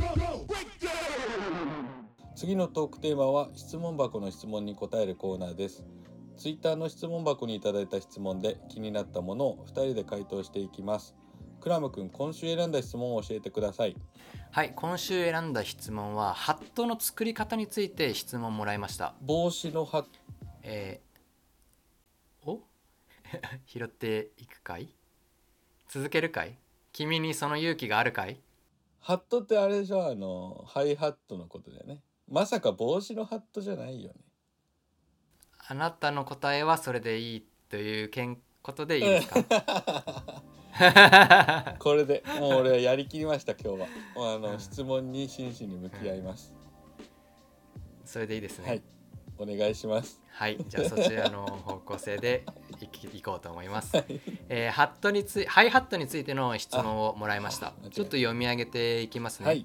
次のトークテーマは質問箱の質問に答えるコーナーです。ツイッターの質問箱にいただいた質問で気になったものをふたりで回答していきます。クラム君、今週選んだ質問を教えてください。 はい、今週選んだ質問はハットの作り方について質問もらいました。 帽子のハット、 えー、お拾っていくかい？続けるかい？君にその勇気があるかい？ ハットってあれでしょ、あのハイハットのことだよね。まさか帽子のハットじゃないよね。 あなたの答えはそれでいいというけんことでいいですか？ これでもう俺はやりきりました今日は。あの、うん、質問に真摯に向き合います、 うん、それでいいですね。 はい、お願いします。 はい、じゃあそちらの方向性でいきいこうと思います、はい。えー、ハットについハイハットについての質問をもらいました。ちょっと読み上げていきますね。はい。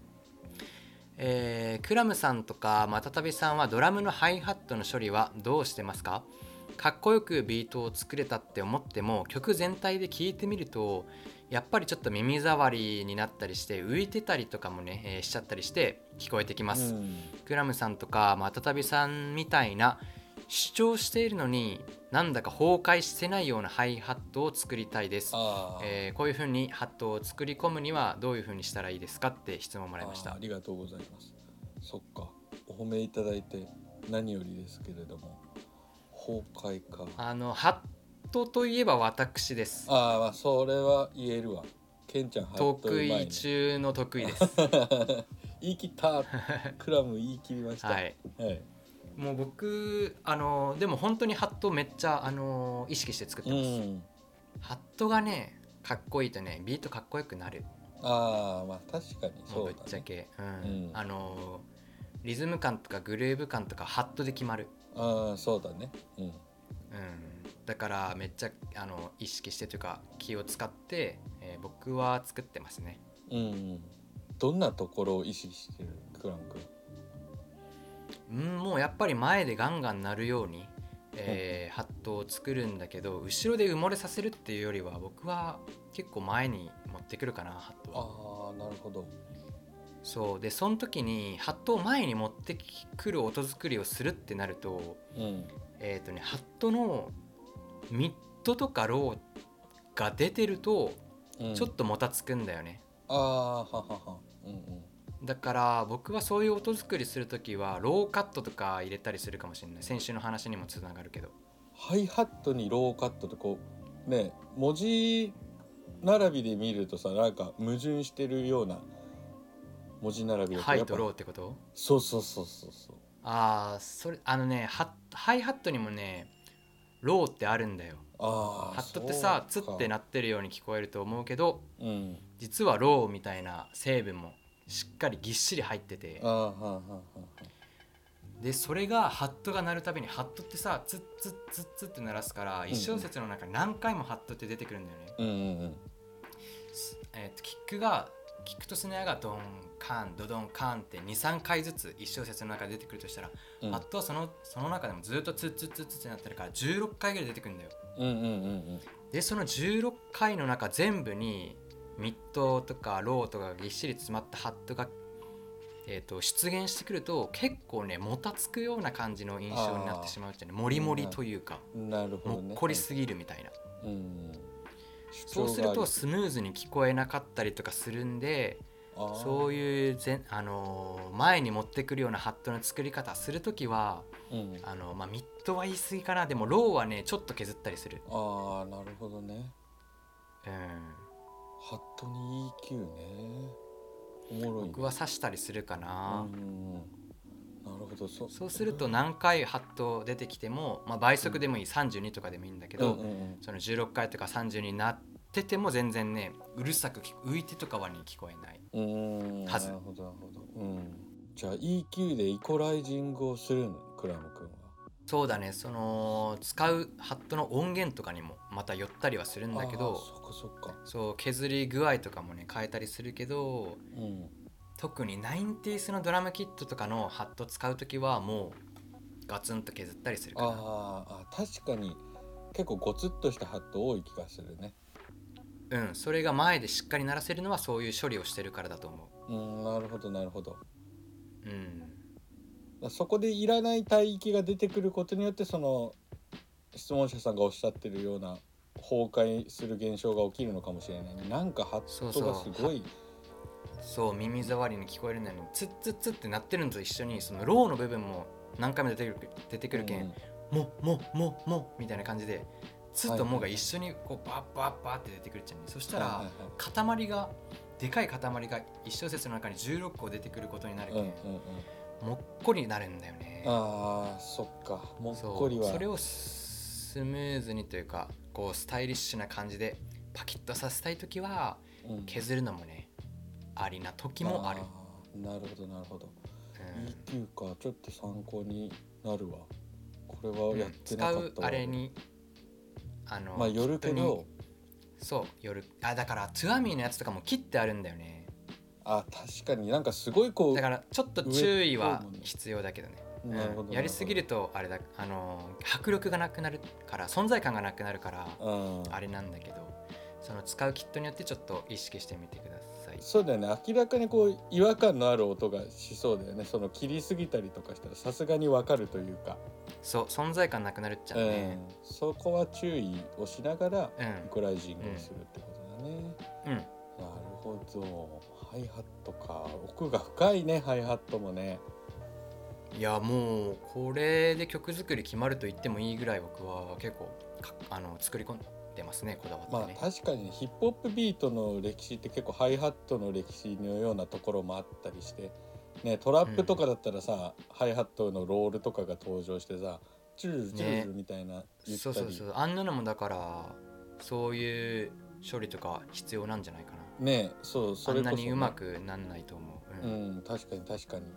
えー、クラムさんとかマタタビさんはドラムのハイハットの処理はどうしてますか？かっこよくビートを作れたって思っても曲全体で聴いてみるとやっぱりちょっと耳障りになったりして浮いてたりとかもね、えー、しちゃったりして聞こえてきます。クラムさんとかマタタビさんみたいな主張しているのになんだか崩壊してないようなハイハットを作りたいです。えー、こういう風にハットを作り込むにはどういう風にしたらいいですかって質問をもらいました。 あ, ありがとうございます。そっか、お褒めいただいて何よりですけれども、崩壊か。 あのハットといえば私です。 ああ、まあそれは言えるわ。ケンちゃんハットうまい、ね、 得意中の得意です言い切ったクラム言い切りました。 はい、はい、もう僕あのでも本当にハットめっちゃあの意識して作ってます、うん、ハットがねかっこいいとねビートかっこよくなる。 ああ、まあ確かにそうだね。 ぶっちゃけ、うんうん、あのリズム感とかグルーヴ感とかハットで決まる。 ああそうだね。うん。 うん、だからめっちゃあの意識してというか気を使って、えー僕は作ってますね。 うん、うん。どんなところを意識してるクラム君？ うん、もうやっぱり前でガンガン鳴るように、えーハットを作るんだけど、後ろで埋もれさせるっていうよりは僕は結構前に持ってくるかな、ハットは。 ああなるほど。 そうで、その時にハットを前に持ってくる音作りをするってなると、 うん。 えっとねハットのミッドとかローが出てるとうん、 ちょっともたつくんだよね。 ああははは。うんうん。 だから僕はそういう音作りするときはローカットとか入れたりするかもしれない。先週の話にもつながるけど、 ハイハットにローカットとこうね文字並びで見るとさなんか矛盾してるような文字並びだとやっぱハイとローってこと？ そうそうそうそうそう。 ああ、それあのねハッハイハットにもねローってあるんだよ。 ああハットってさツッそうか。 て鳴ってるように聞こえると思うけど、 うん。 実はローみたいな成分もしっかりぎっしり入ってて、 ああはあはあはあ。 でそれがハットが鳴るたびに、ハットってさツッツッツッツッって鳴らすから一小節の中に何回もハットって出てくるんだよね。 うんうんうん。 えーとキックがキックとスネアがドンカンドドンカンってにさんかいずつ一小節の中で出てくるとしたら、 うんハットはそのその中でもずっとツッツッツッツッってなってるからじゅうろっかいぐらい出てくるんだよ。 うんうんうんうんでそのじゅうろっかいの中全部にミッドとかローとかがぎっしり詰まったハットが、えー、と出現してくると結構ねもたつくような感じの印象になってしまうっていうね、モリモリというか、 なるほどね。 もっこりすぎるみたいな、 うん。 そうするとスムーズに聞こえなかったりとかするんで、そういうぜ、あのー前に持ってくるようなハットの作り方するときは、 うん。 あのまあ、ミッドは言い過ぎかな。でもローはねちょっと削ったりする。 ああなるほどね。 うん、 ハットに イーキュー ね。おもろいね。 僕は刺したりするかな。 うんうんうん。なるほど。そそうすると何回ハット出てきても、まあ、倍速でもいい、さんじゅうにとかでもいいんだけど、 うんうんうん、 そのじゅうろっかいとかさんじゅうになってても全然ねうるさく浮いてとかはに聞こえない。 うーんはず。 なるほどなるほど。うん。じゃあ イーキュー でイコライジングをするのクラム君は？ そうだね、その使うハットの音源とかにもまた寄ったりはするんだけど、 そっかそっか。 そう削り具合とかもね変えたりするけど、 うん。 特にナインティースのドラムキットとかのハット使うときはもうガツンと削ったりするかな。 ああ確かに結構ゴツッとしたハット多い気がするね。 うん、それが前でしっかり鳴らせるのはそういう処理をしてるからだと思うん、なるほどなるほど。 う。うん、 だそこでいらない帯域が出てくることによってその質問者さんがおっしゃってるような崩壊する現象が起きるのかもしれないね。なんかハットがすごいそう耳障りに聞こえるのにツッツッツッって鳴ってるのと一緒にそのローの部分も何回も出てくる出てくるけん、 うんももももみたいな感じでツッともが一緒にこうバッバッバッって出てくるっちゃうね。そしたら塊がでかい塊が一小節の中にじゅうろっこ出てくることになるけん、 うんうんうん、 もっこりになるんだよね。 あーそっか。もっこりはそ, それをスムーズにというかこうスタイリッシュな感じでパキッとさせたいときは、うん、削るのもねありな時もある。 あなるほどなるほど、 うん、 イーキュー かちょっと参考になるわ。これはやってなかったわ、うん、 使うあれにあのまあよるけどそうよるあだからトゥアミーのやつとかも切ってあるんだよね。 あ確かになんかすごいこうだからちょっと注意は必要だけどね。 なるほど、うん、 やりすぎるとあれだあの迫力がなくなるから存在感がなくなるから、うん、あれなんだけどその使うキットによってちょっと意識してみてください。 そうだよね。明らかにこう違和感のある音がしそうだよね。その切りすぎたりとかしたらさすがにわかるというかそう存在感なくなるっちゃうね、 うん、そこは注意をしながらイコライジングをするってことだね。 うん、うん、 なるほど。ハイハットか奥が深いね。ハイハットもね。 いやもうこれで曲作り決まると言ってもいいぐらい僕は結構あの作り込んでますね、こだわってね。 まあ確かにヒップホップビートの歴史って結構ハイハットの歴史のようなところもあったりしてね。トラップとかだったらさ、うん、ハイハットのロールとかが登場してさチュルルチュルルみたいな、ね、言ったりそうそうそうあんなのもだからそういう処理とか必要なんじゃないかな。 ね。そうそれこそ、ね、 あんなにうまくなんないと思う。 うん、うん、確かに確かに。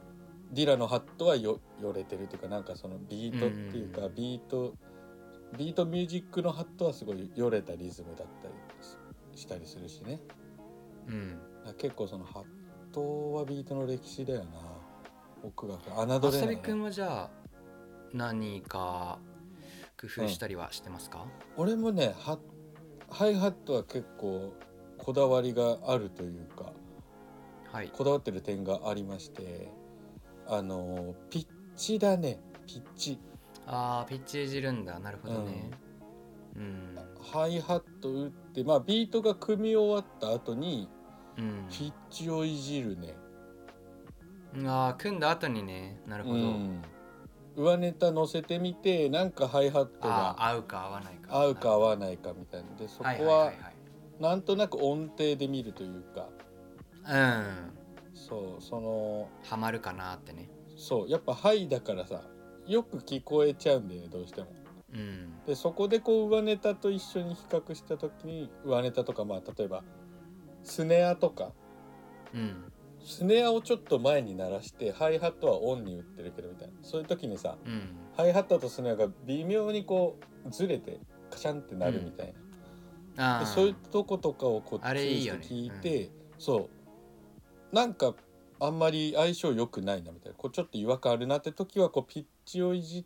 ディラのハットはよよれてるというか、なんかそのビートっていうか、 うんビートビートミュージックのハットはすごいよれたリズムだったりしたりするしね。 うん、 結構そのハットはビートの歴史だよな。奥が侮れない、ね。 わさびくんはじゃあ何か工夫したりはしてますか？ うん、俺もねハハイハットは結構こだわりがあるというか、 はい、 こだわってる点がありまして、あのピッチだね、ピッチ。 あーピッチいじるんだ。なるほどね。うん、うん、 ハイハット打って、まあビートが組み終わった後にうん、 ピッチをいじるね。 あー組んだ後にね。なるほど、うん、 上ネタ乗せてみて、なんかハイハットが合うか合わないか合うか合わないかみたいなで、そこはなんとなく音程で見るというか、 うん、 そうそのハマるかなってね。 そうやっぱハイだからさ、よく聞こえちゃうんだよね、どうしても。 うん、 でそこでこう上ネタと一緒に比較した時に、上ネタとか、まあ例えばスネアとか、 うん、 スネアをちょっと前に鳴らしてハイハットはオンに打ってるけどみたいな、そういう時にさ、 うん、 ハイハットとスネアが微妙にこうずれてカシャンってなるみたいな、うん、でそういうとことかをこう注意して聞いて、いい、ね、うん、そうなんかあんまり相性良くないなみたいな、こうちょっと違和感あるなって時はこうピッチをいじって、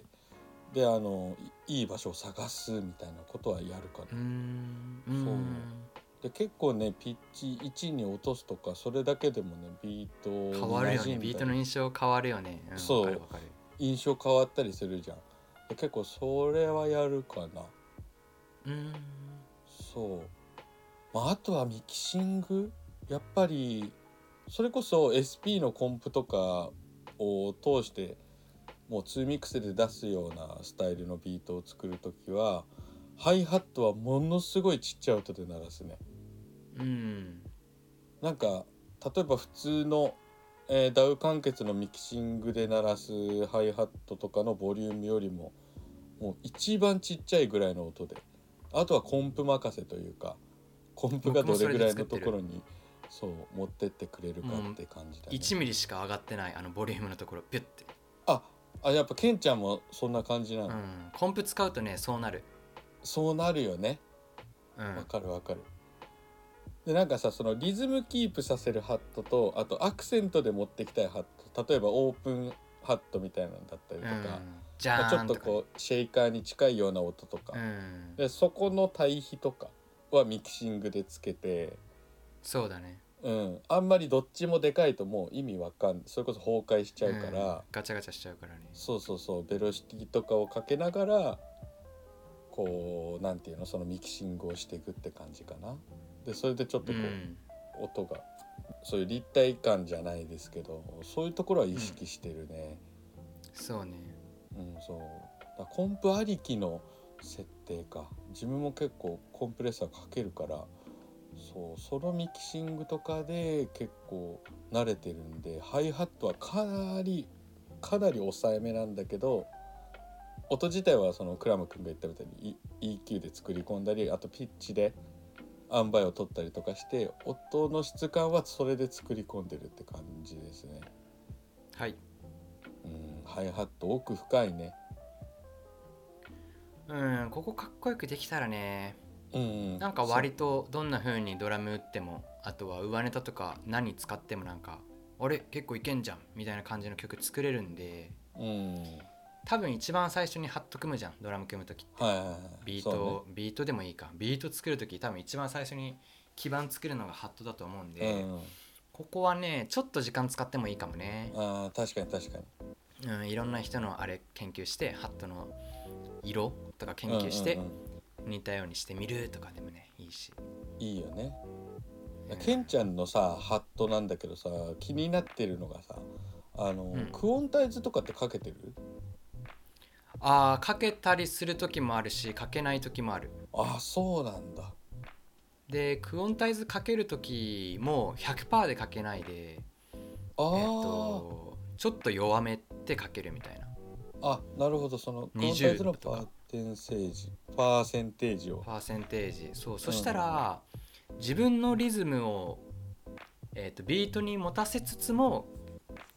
であのいい場所を探すみたいなことはやるかな。 うーん、 そうで結構ねピッチいちに落とすとか、それだけでもねビートに変わるよね。ビートの印象変わるよね、うん、 そう、 わかるわかる。 印象変わったりするじゃん。で結構それはやるかな。 うーん、 そう、まあ、あとはミキシング、やっぱりそれこそ エスピー のコンプとかを通してもうツーミックスで出すようなスタイルのビートを作るときは、ハイハットはものすごいちっちゃい音で鳴らすね。 うん、 なんか例えば普通の、えー、ダウ完結のミキシングで鳴らすハイハットとかのボリュームよりももう一番ちっちゃいぐらいの音で、あとはコンプ任せというか、コンプがどれぐらいのところにそう持ってってくれるかって感じだね。 いちミリしか上がってない、あのボリュームのところピュッて。 ああ、やっぱケンちゃんもそんな感じなの、うん、 コンプ使うとねそうなる。 そうなるよね。わ、うん、かるわかる。でなんかさ、そのリズムキープさせるハットと、あとアクセントで持ってきたいハット、例えばオープンハットみたいなのだったりとか、うん、 じゃーんとか、 ちょっとこうシェイカーに近いような音とか、うん、でそこの対比とかはミキシングでつけて。 そうだね、 うん、あんまりどっちもでかいともう意味わかんない、それこそ崩壊しちゃうから、うん、 ガチャガチャしちゃうからね。 そうそうそう、ベロシティとかをかけながらこうなんていうの、そのミキシングをしていくって感じかな。でそれでちょっとこう、うん、音がそういう立体感じゃないですけど、そういうところは意識してるね、 うん、そうね、 うん、そうだ、コンプありきの設定か。自分も結構コンプレッサーかけるから、そうそのミキシングとかで結構慣れてるんで、ハイハットはかなりかなり抑えめなんだけど、音自体はそのクラム君が言ったみたいに イーキュー で作り込んだり、あとピッチで塩梅を取ったりとかして、音の質感はそれで作り込んでるって感じですね。 はい、 うん、ハイハット奥深いね。 うん、ここかっこよくできたらね、 うんうん、 なんか割とどんな風にドラム打っても、あとは上ネタとか何使ってもなんかあれ結構いけんじゃんみたいな感じの曲作れるんで、うん、多分一番最初にハット組むじゃん、ドラム組む時って、はいはいはい、ビート、ね、ビートでもいいか、ビート作る時多分一番最初に基盤作るのがハットだと思うんで、うん、ここはねちょっと時間使ってもいいかもね。 あ、確かに確かに、うん、いろんな人のあれ研究して、ハットの色とか研究して、うんうんうん、似たようにしてみるとかでもねいいし、 いいよね。ケンちゃんのさハットなんだけどさ、気になってるのがさ、あの、うん、クオンタイズとかってかけてる？ あー、かけたりする時もあるし、かけない時もある。 あ、そうなんだ。 でクオンタイズかける時も ひゃくパーセント でかけないで、 あ、 えー、とちょっと弱めてかけるみたいな。 あ、なるほど。そのクオンタイズのパーセンテージパーセンテージをパーセンテージそう、そしたら、うん、自分のリズムを、えー、とビートに持たせつつも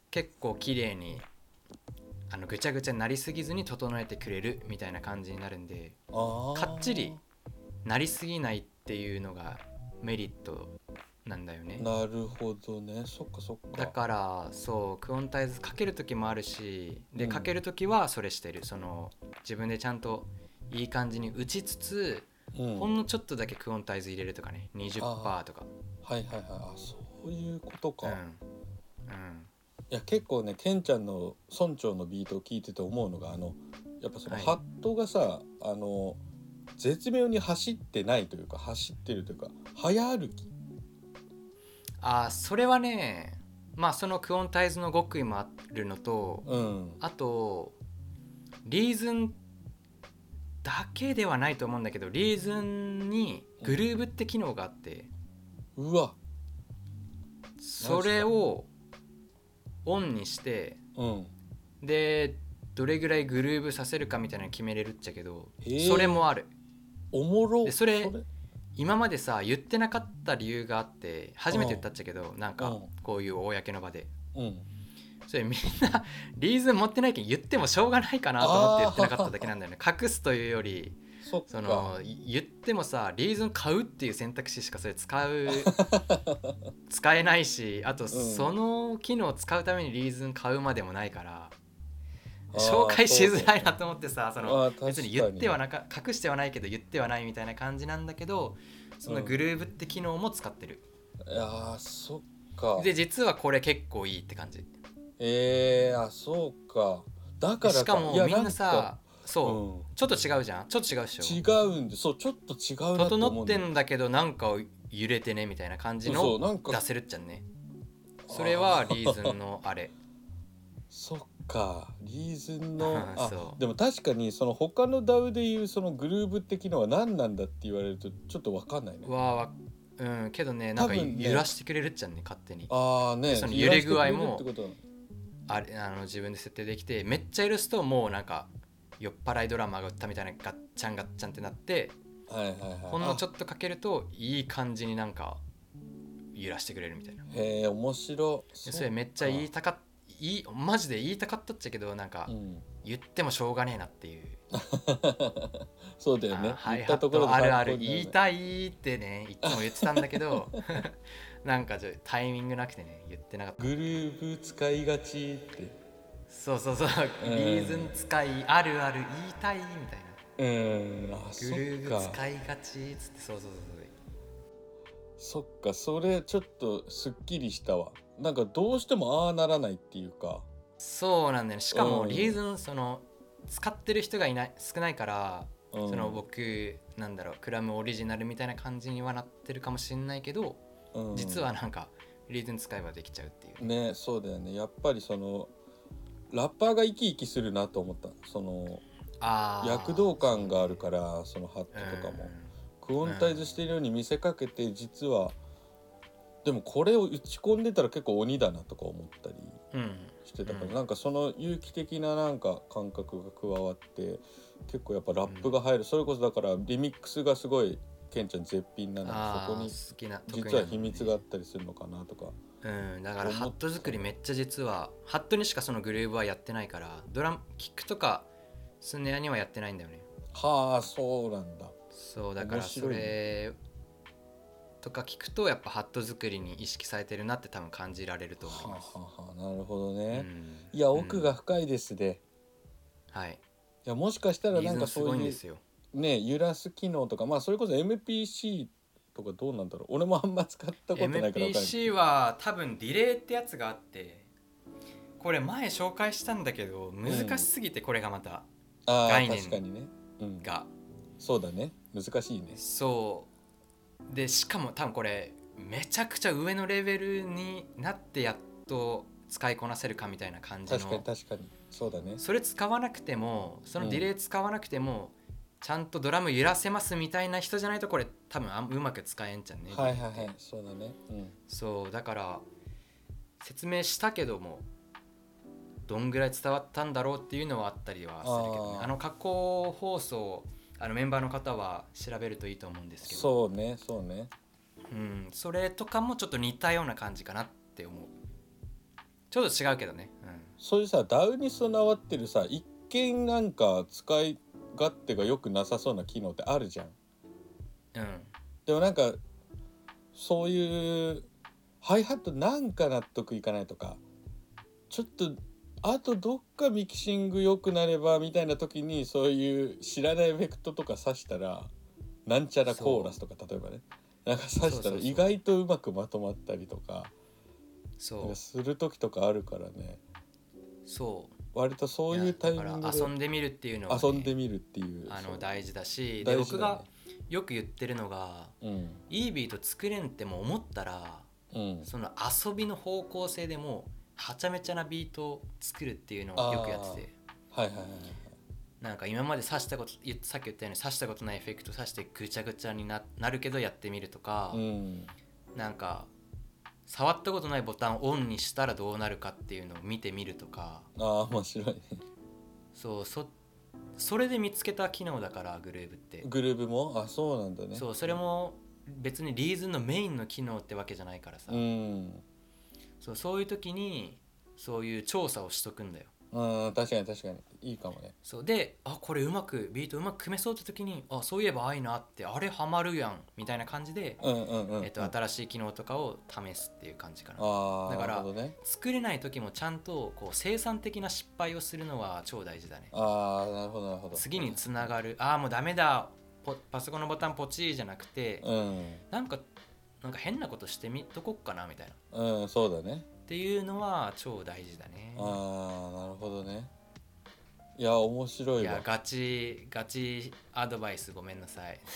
結構綺麗にあのぐちゃぐちゃになりすぎずに整えてくれるみたいな感じになるんで、 あかっちりなりすぎないっていうのがメリットなんだよね。 なるほどね。そっかそっか。 だからそうクオンタイズかける時もあるし、でうんかける時はそれしてる、その自分でちゃんといい感じに打ちつつ、 うん、 ほんのちょっとだけクオンタイズ入れるとかね、 にじゅっパーセント とか。 はいはいはい。あ、そういうことか。 うんうんいや結構ね、ケンちゃんの村長のビートを聞いてて思うのが、あのやっぱそのはいハットがさ、あの絶妙に走ってないというか、走ってるというか早歩き。 あ、それはね、まあそのクオンタイズの極意もあるのと、 うん、 あとリーズンだけではないと思うんだけど、リーズンにグルーブって機能があって、 うわ、 それをオンにして、 うん、 でどれぐらいグルーブさせるかみたいなの決めれるっちゃけど、 へーそれもある。 おもろ。 でそれ今までさ言ってなかった理由があって、初めて言ったっちゃけど、なんかうんこういう公の場で、 うんそれみんなリーズン持ってないけん言ってもしょうがないかなと思って言ってなかっただけなんだよね。隠すというより、 そっかその言ってもさ、リーズン買うっていう選択肢しかそれ使う使えないし、あとその機能を使うためにリーズン買うまでもないから、 あー紹介しづらいなと思ってさ、そあのー確かに別に言ってはなか隠してはないけど言ってはないみたいな感じなんだけど、そのグルーブって機能も使ってる。 いやーそっか。 で実はこれ結構いいって感じ。 えー、あそうか。だからか。 しかもいやみんなさ、そう、 うんちょっと違うじゃん、ちょっと違うっしょ。 違うんで、そうちょっと違うなと思う整ってんだけどなんか揺れてねみたいな感じのそうなんか出せるっちゃんね。それはリーズンのあれそっか、リーズンのあそうでも確かにその他の ダウ でいうそのグルーブ的のは何なんだって言われるとちょっと分かんないね。 わわうんけどね、なんか多分ね揺らしてくれるっちゃんね、勝手に。 ああね、 その揺れ具合も揺らしてくれるってことあれあの自分で設定できて、めっちゃ揺らすともうなんか酔っ払いドラマが打ったみたいなガッチャンガッチャンってなって、 なはいはいはい。 ほんのちょっとかけるといい感じになんか揺らしてくれるみたいな。 へえ面白でそれめっちゃ言いたかっいいマジで言いたかったっちゃけど、なんか、 うん、 言ってもしょうがねえなっていうそうだよね。 あハイハッ言ったところでトあるある参考にな言いたいってねいつも言ってたんだけどなんかちょタイミングなくてね言ってなかった。 グルーブ使いがちってそうそうそう、 うんリーズン使いあるある言いたいみたいな、 うんあそグルーっかブ使いがちっつって、そうそうそうそっか、それちょっとすっきりしたわ。なんかどうしてもああならないっていうか。 そうなんだよね。しかもうんリーズンその使ってる人がいない少ないから、 うん、 その僕なんだろうクラムオリジナルみたいな感じにはなってるかもしれないけど、 うん、 実はなんかリーズン使えばできちゃうっていうね、そうだよね。やっぱりそのラッパーが生き生きするなと思った。そのあ躍動感があるから、そのハットとかもクオンタイズしているように見せかけて、実はでもこれを打ち込んでたら結構鬼だなとか思ったりしてたから、 うん、 なんかその有機的ななんか感覚が加わって結構やっぱラップが入る、それこそだからリミックスがすごいケンちゃん絶品なので、そこに好きな実は秘密があったりするのかなとか。 うん、だからハット作りめっちゃ実はハットにしかそのグルーブはやってないから、ドラムキックとかスネアにはやってないんだよね。 はあそうなんだ。 そうだからそれとか聞くとやっぱハット作りに意識されてるなって多分感じられると思います。 はあはあ、なるほどね、 うん、 いや奥が深いですね、 うん、はい。 いやもしかしたらなんかそういうね揺らす機能とか、まあそれこそ エムピーシー とかどうなんだろう、俺もあんま使ったことないから分かんない。 エムピーシー は多分ディレイってやつがあって、これ前紹介したんだけど難しすぎて、これがまた概念あ確かにね、うん、 がそうだね難しいね。 そうで、しかも多分これめちゃくちゃ上のレベルになってやっと使いこなせるかみたいな感じの。 確かに確かにそうだね。 それ使わなくても、そのディレイ使わなくても、うん、ちゃんとドラム揺らせますみたいな人じゃないとこれ多分あんうまく使えんじゃんね。 はいはいはいそうだね、うん、 そうだから説明したけどもどんぐらい伝わったんだろうっていうのはあったりはするけどね。ああの加工放送あのメンバーの方は調べるといいと思うんですけど、 そうねそうね、 うん、それとかもちょっと似たような感じかなって思う。 ちょっと違うけどね、 そういうさダウに備わってるさ一見なんか使い勝手が良くなさそうな機能ってあるじゃん。 うんうんでもなんかそういうハイハットなんか納得いかないとか、ちょっとあとどっかミキシング良くなればみたいな時にそういう知らないエフェクトとか挿したらなんちゃらコーラスとか例えばねなんか挿したら意外とうまくまとまったりとかそうする時とかあるからね。 そう割とそういうタイミングでだから遊んでみるっていうのは、ね、 遊んでみるっていうあの大事だし、 大事だね。 で僕がよく言ってるのが、 うん、 いいビート作れんっても思ったら、 うん、 その遊びの方向性でもはちゃめちゃなビートを作るっていうのをよくやってて、 はいはいはいはい、 なんか今まで刺したことさっき言ったように刺したことないエフェクト刺してぐちゃぐちゃに な, なるけどやってみるとか、 うん、 なんか触ったことないボタンをオンにしたらどうなるかっていうのを見てみるとか。 ああ面白いね。 そうそそれで見つけた機能だからグルーブって。 グルーブもあそうなんだね。 そうそれも別にリーズンのメインの機能ってわけじゃないからさ、 うん、 そうそういう時にそういう調査をしとくんだよ。 うん確かに確かにいいかもね。 そうで、あこれうまくビートうまく組めそうって時に、あそういえばあいなってあれハマるやんみたいな感じで、 うんうんうん、うん、 えっと、新しい機能とかを試すっていう感じかな。 あだから、 ね、 作れない時もちゃんとこう生産的な失敗をするのは超大事だね。 ああなるほどなるほど。 次につながる、ああもうダメだパソコンのボタンポチーじゃなくて、 うん、 なんかなんか変なことしてみとこっかなみたいな、 うんそうだねっていうのは超大事だね。 ああなるほどね。いや面白いわ。 いやガチガチアドバイスごめんなさい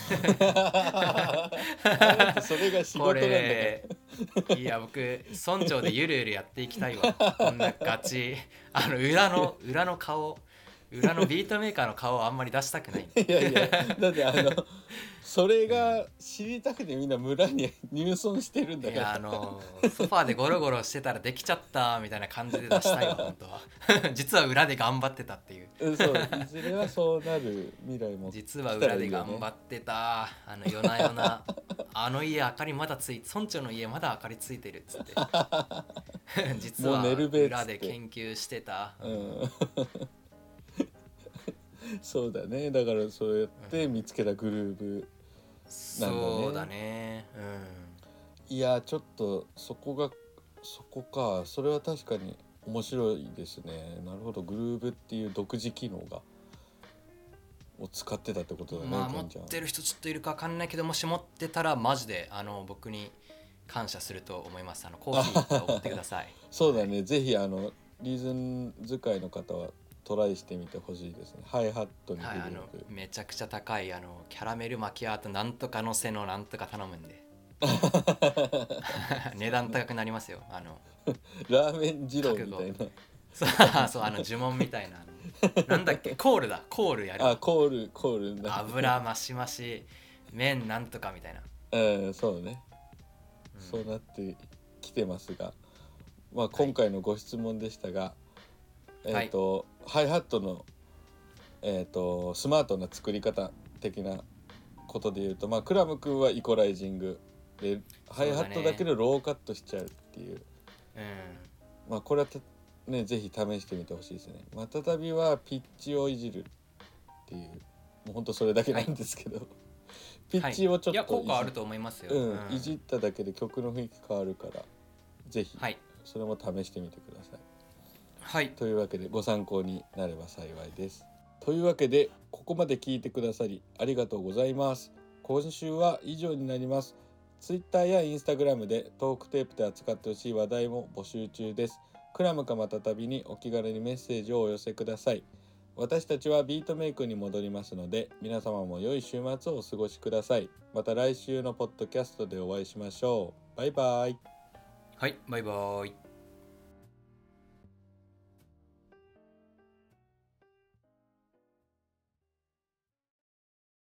それが仕事なんだから。 これいや僕村長でゆるゆるやっていきたいわ。こんなガチあの裏の裏の顔裏のビートメーカーの顔をあんまり出したくない。 いやいやだってあのそれが知りたくてみんな村に入村してるんだから。 いやあのソファーでゴロゴロしてたらできちゃったみたいな感じで出したいわ本当は実は裏で頑張ってたっていう。 そういずれはそうなる未来も、 実は裏で頑張ってた、あの夜な夜なあの家明かりまだつい村長の家まだ明かりついてるっつって実は裏で研究してた、 うん、そうだね。だからそうやって見つけたグルーブなんだね。 そうだね、 うん、いやちょっとそこがそこか。それは確かに面白いですね。なるほどグルーブっていう独自機能がを使ってたってことだね。 まあ持ってる人ちょっといるか分かんないけど、もし持ってたらマジであの僕に感謝すると思います。あのコーヒーを送ってくださいそうだね、はい、ぜひあのリズン使いの方はトライしてみてほしいですね。ハイハットにグルーブ、 はい、あのめちゃくちゃ高いあのキャラメルマキアートなんとかのせのなんとか頼むんで値段高くなりますよ。あのラーメン二郎みたいなそうそうあの呪文みたいななんだっけコールだコールやる。 あコールコール油増し増し麺なんとかみたいな。 うんそうね、うん、そうなってきてますが、まあ今回のご質問でしたが、はい、えっ、ー、と、はい、ハイハットのえっ、ー、とスマートな作り方的なことで言うと、まあクラム君はイコライジングで、ね、ハイハットだけでローカットしちゃうっていう、うん、まあこれはねぜひ試してみてほしいですね。またたびはピッチをいじるっていうもうほんとそれだけなんですけど、はい、ピッチをちょっと、はい、いや効果あると思いますよ、 うんうん、いじっただけで曲の雰囲気変わるからぜひそれも試してみてください。 はい、 というわけでご参考になれば幸いです。というわけでここまで聞いてくださりありがとうございます。今週は以上になります。Twitter や Instagram でトークテープで扱ってほしい話題も募集中です。クラムかまたたびにお気軽にメッセージをお寄せください。私たちはビートメイクに戻りますので皆様も良い週末をお過ごしください。また来週のポッドキャストでお会いしましょう。バイバイ。 はい、バイバイ。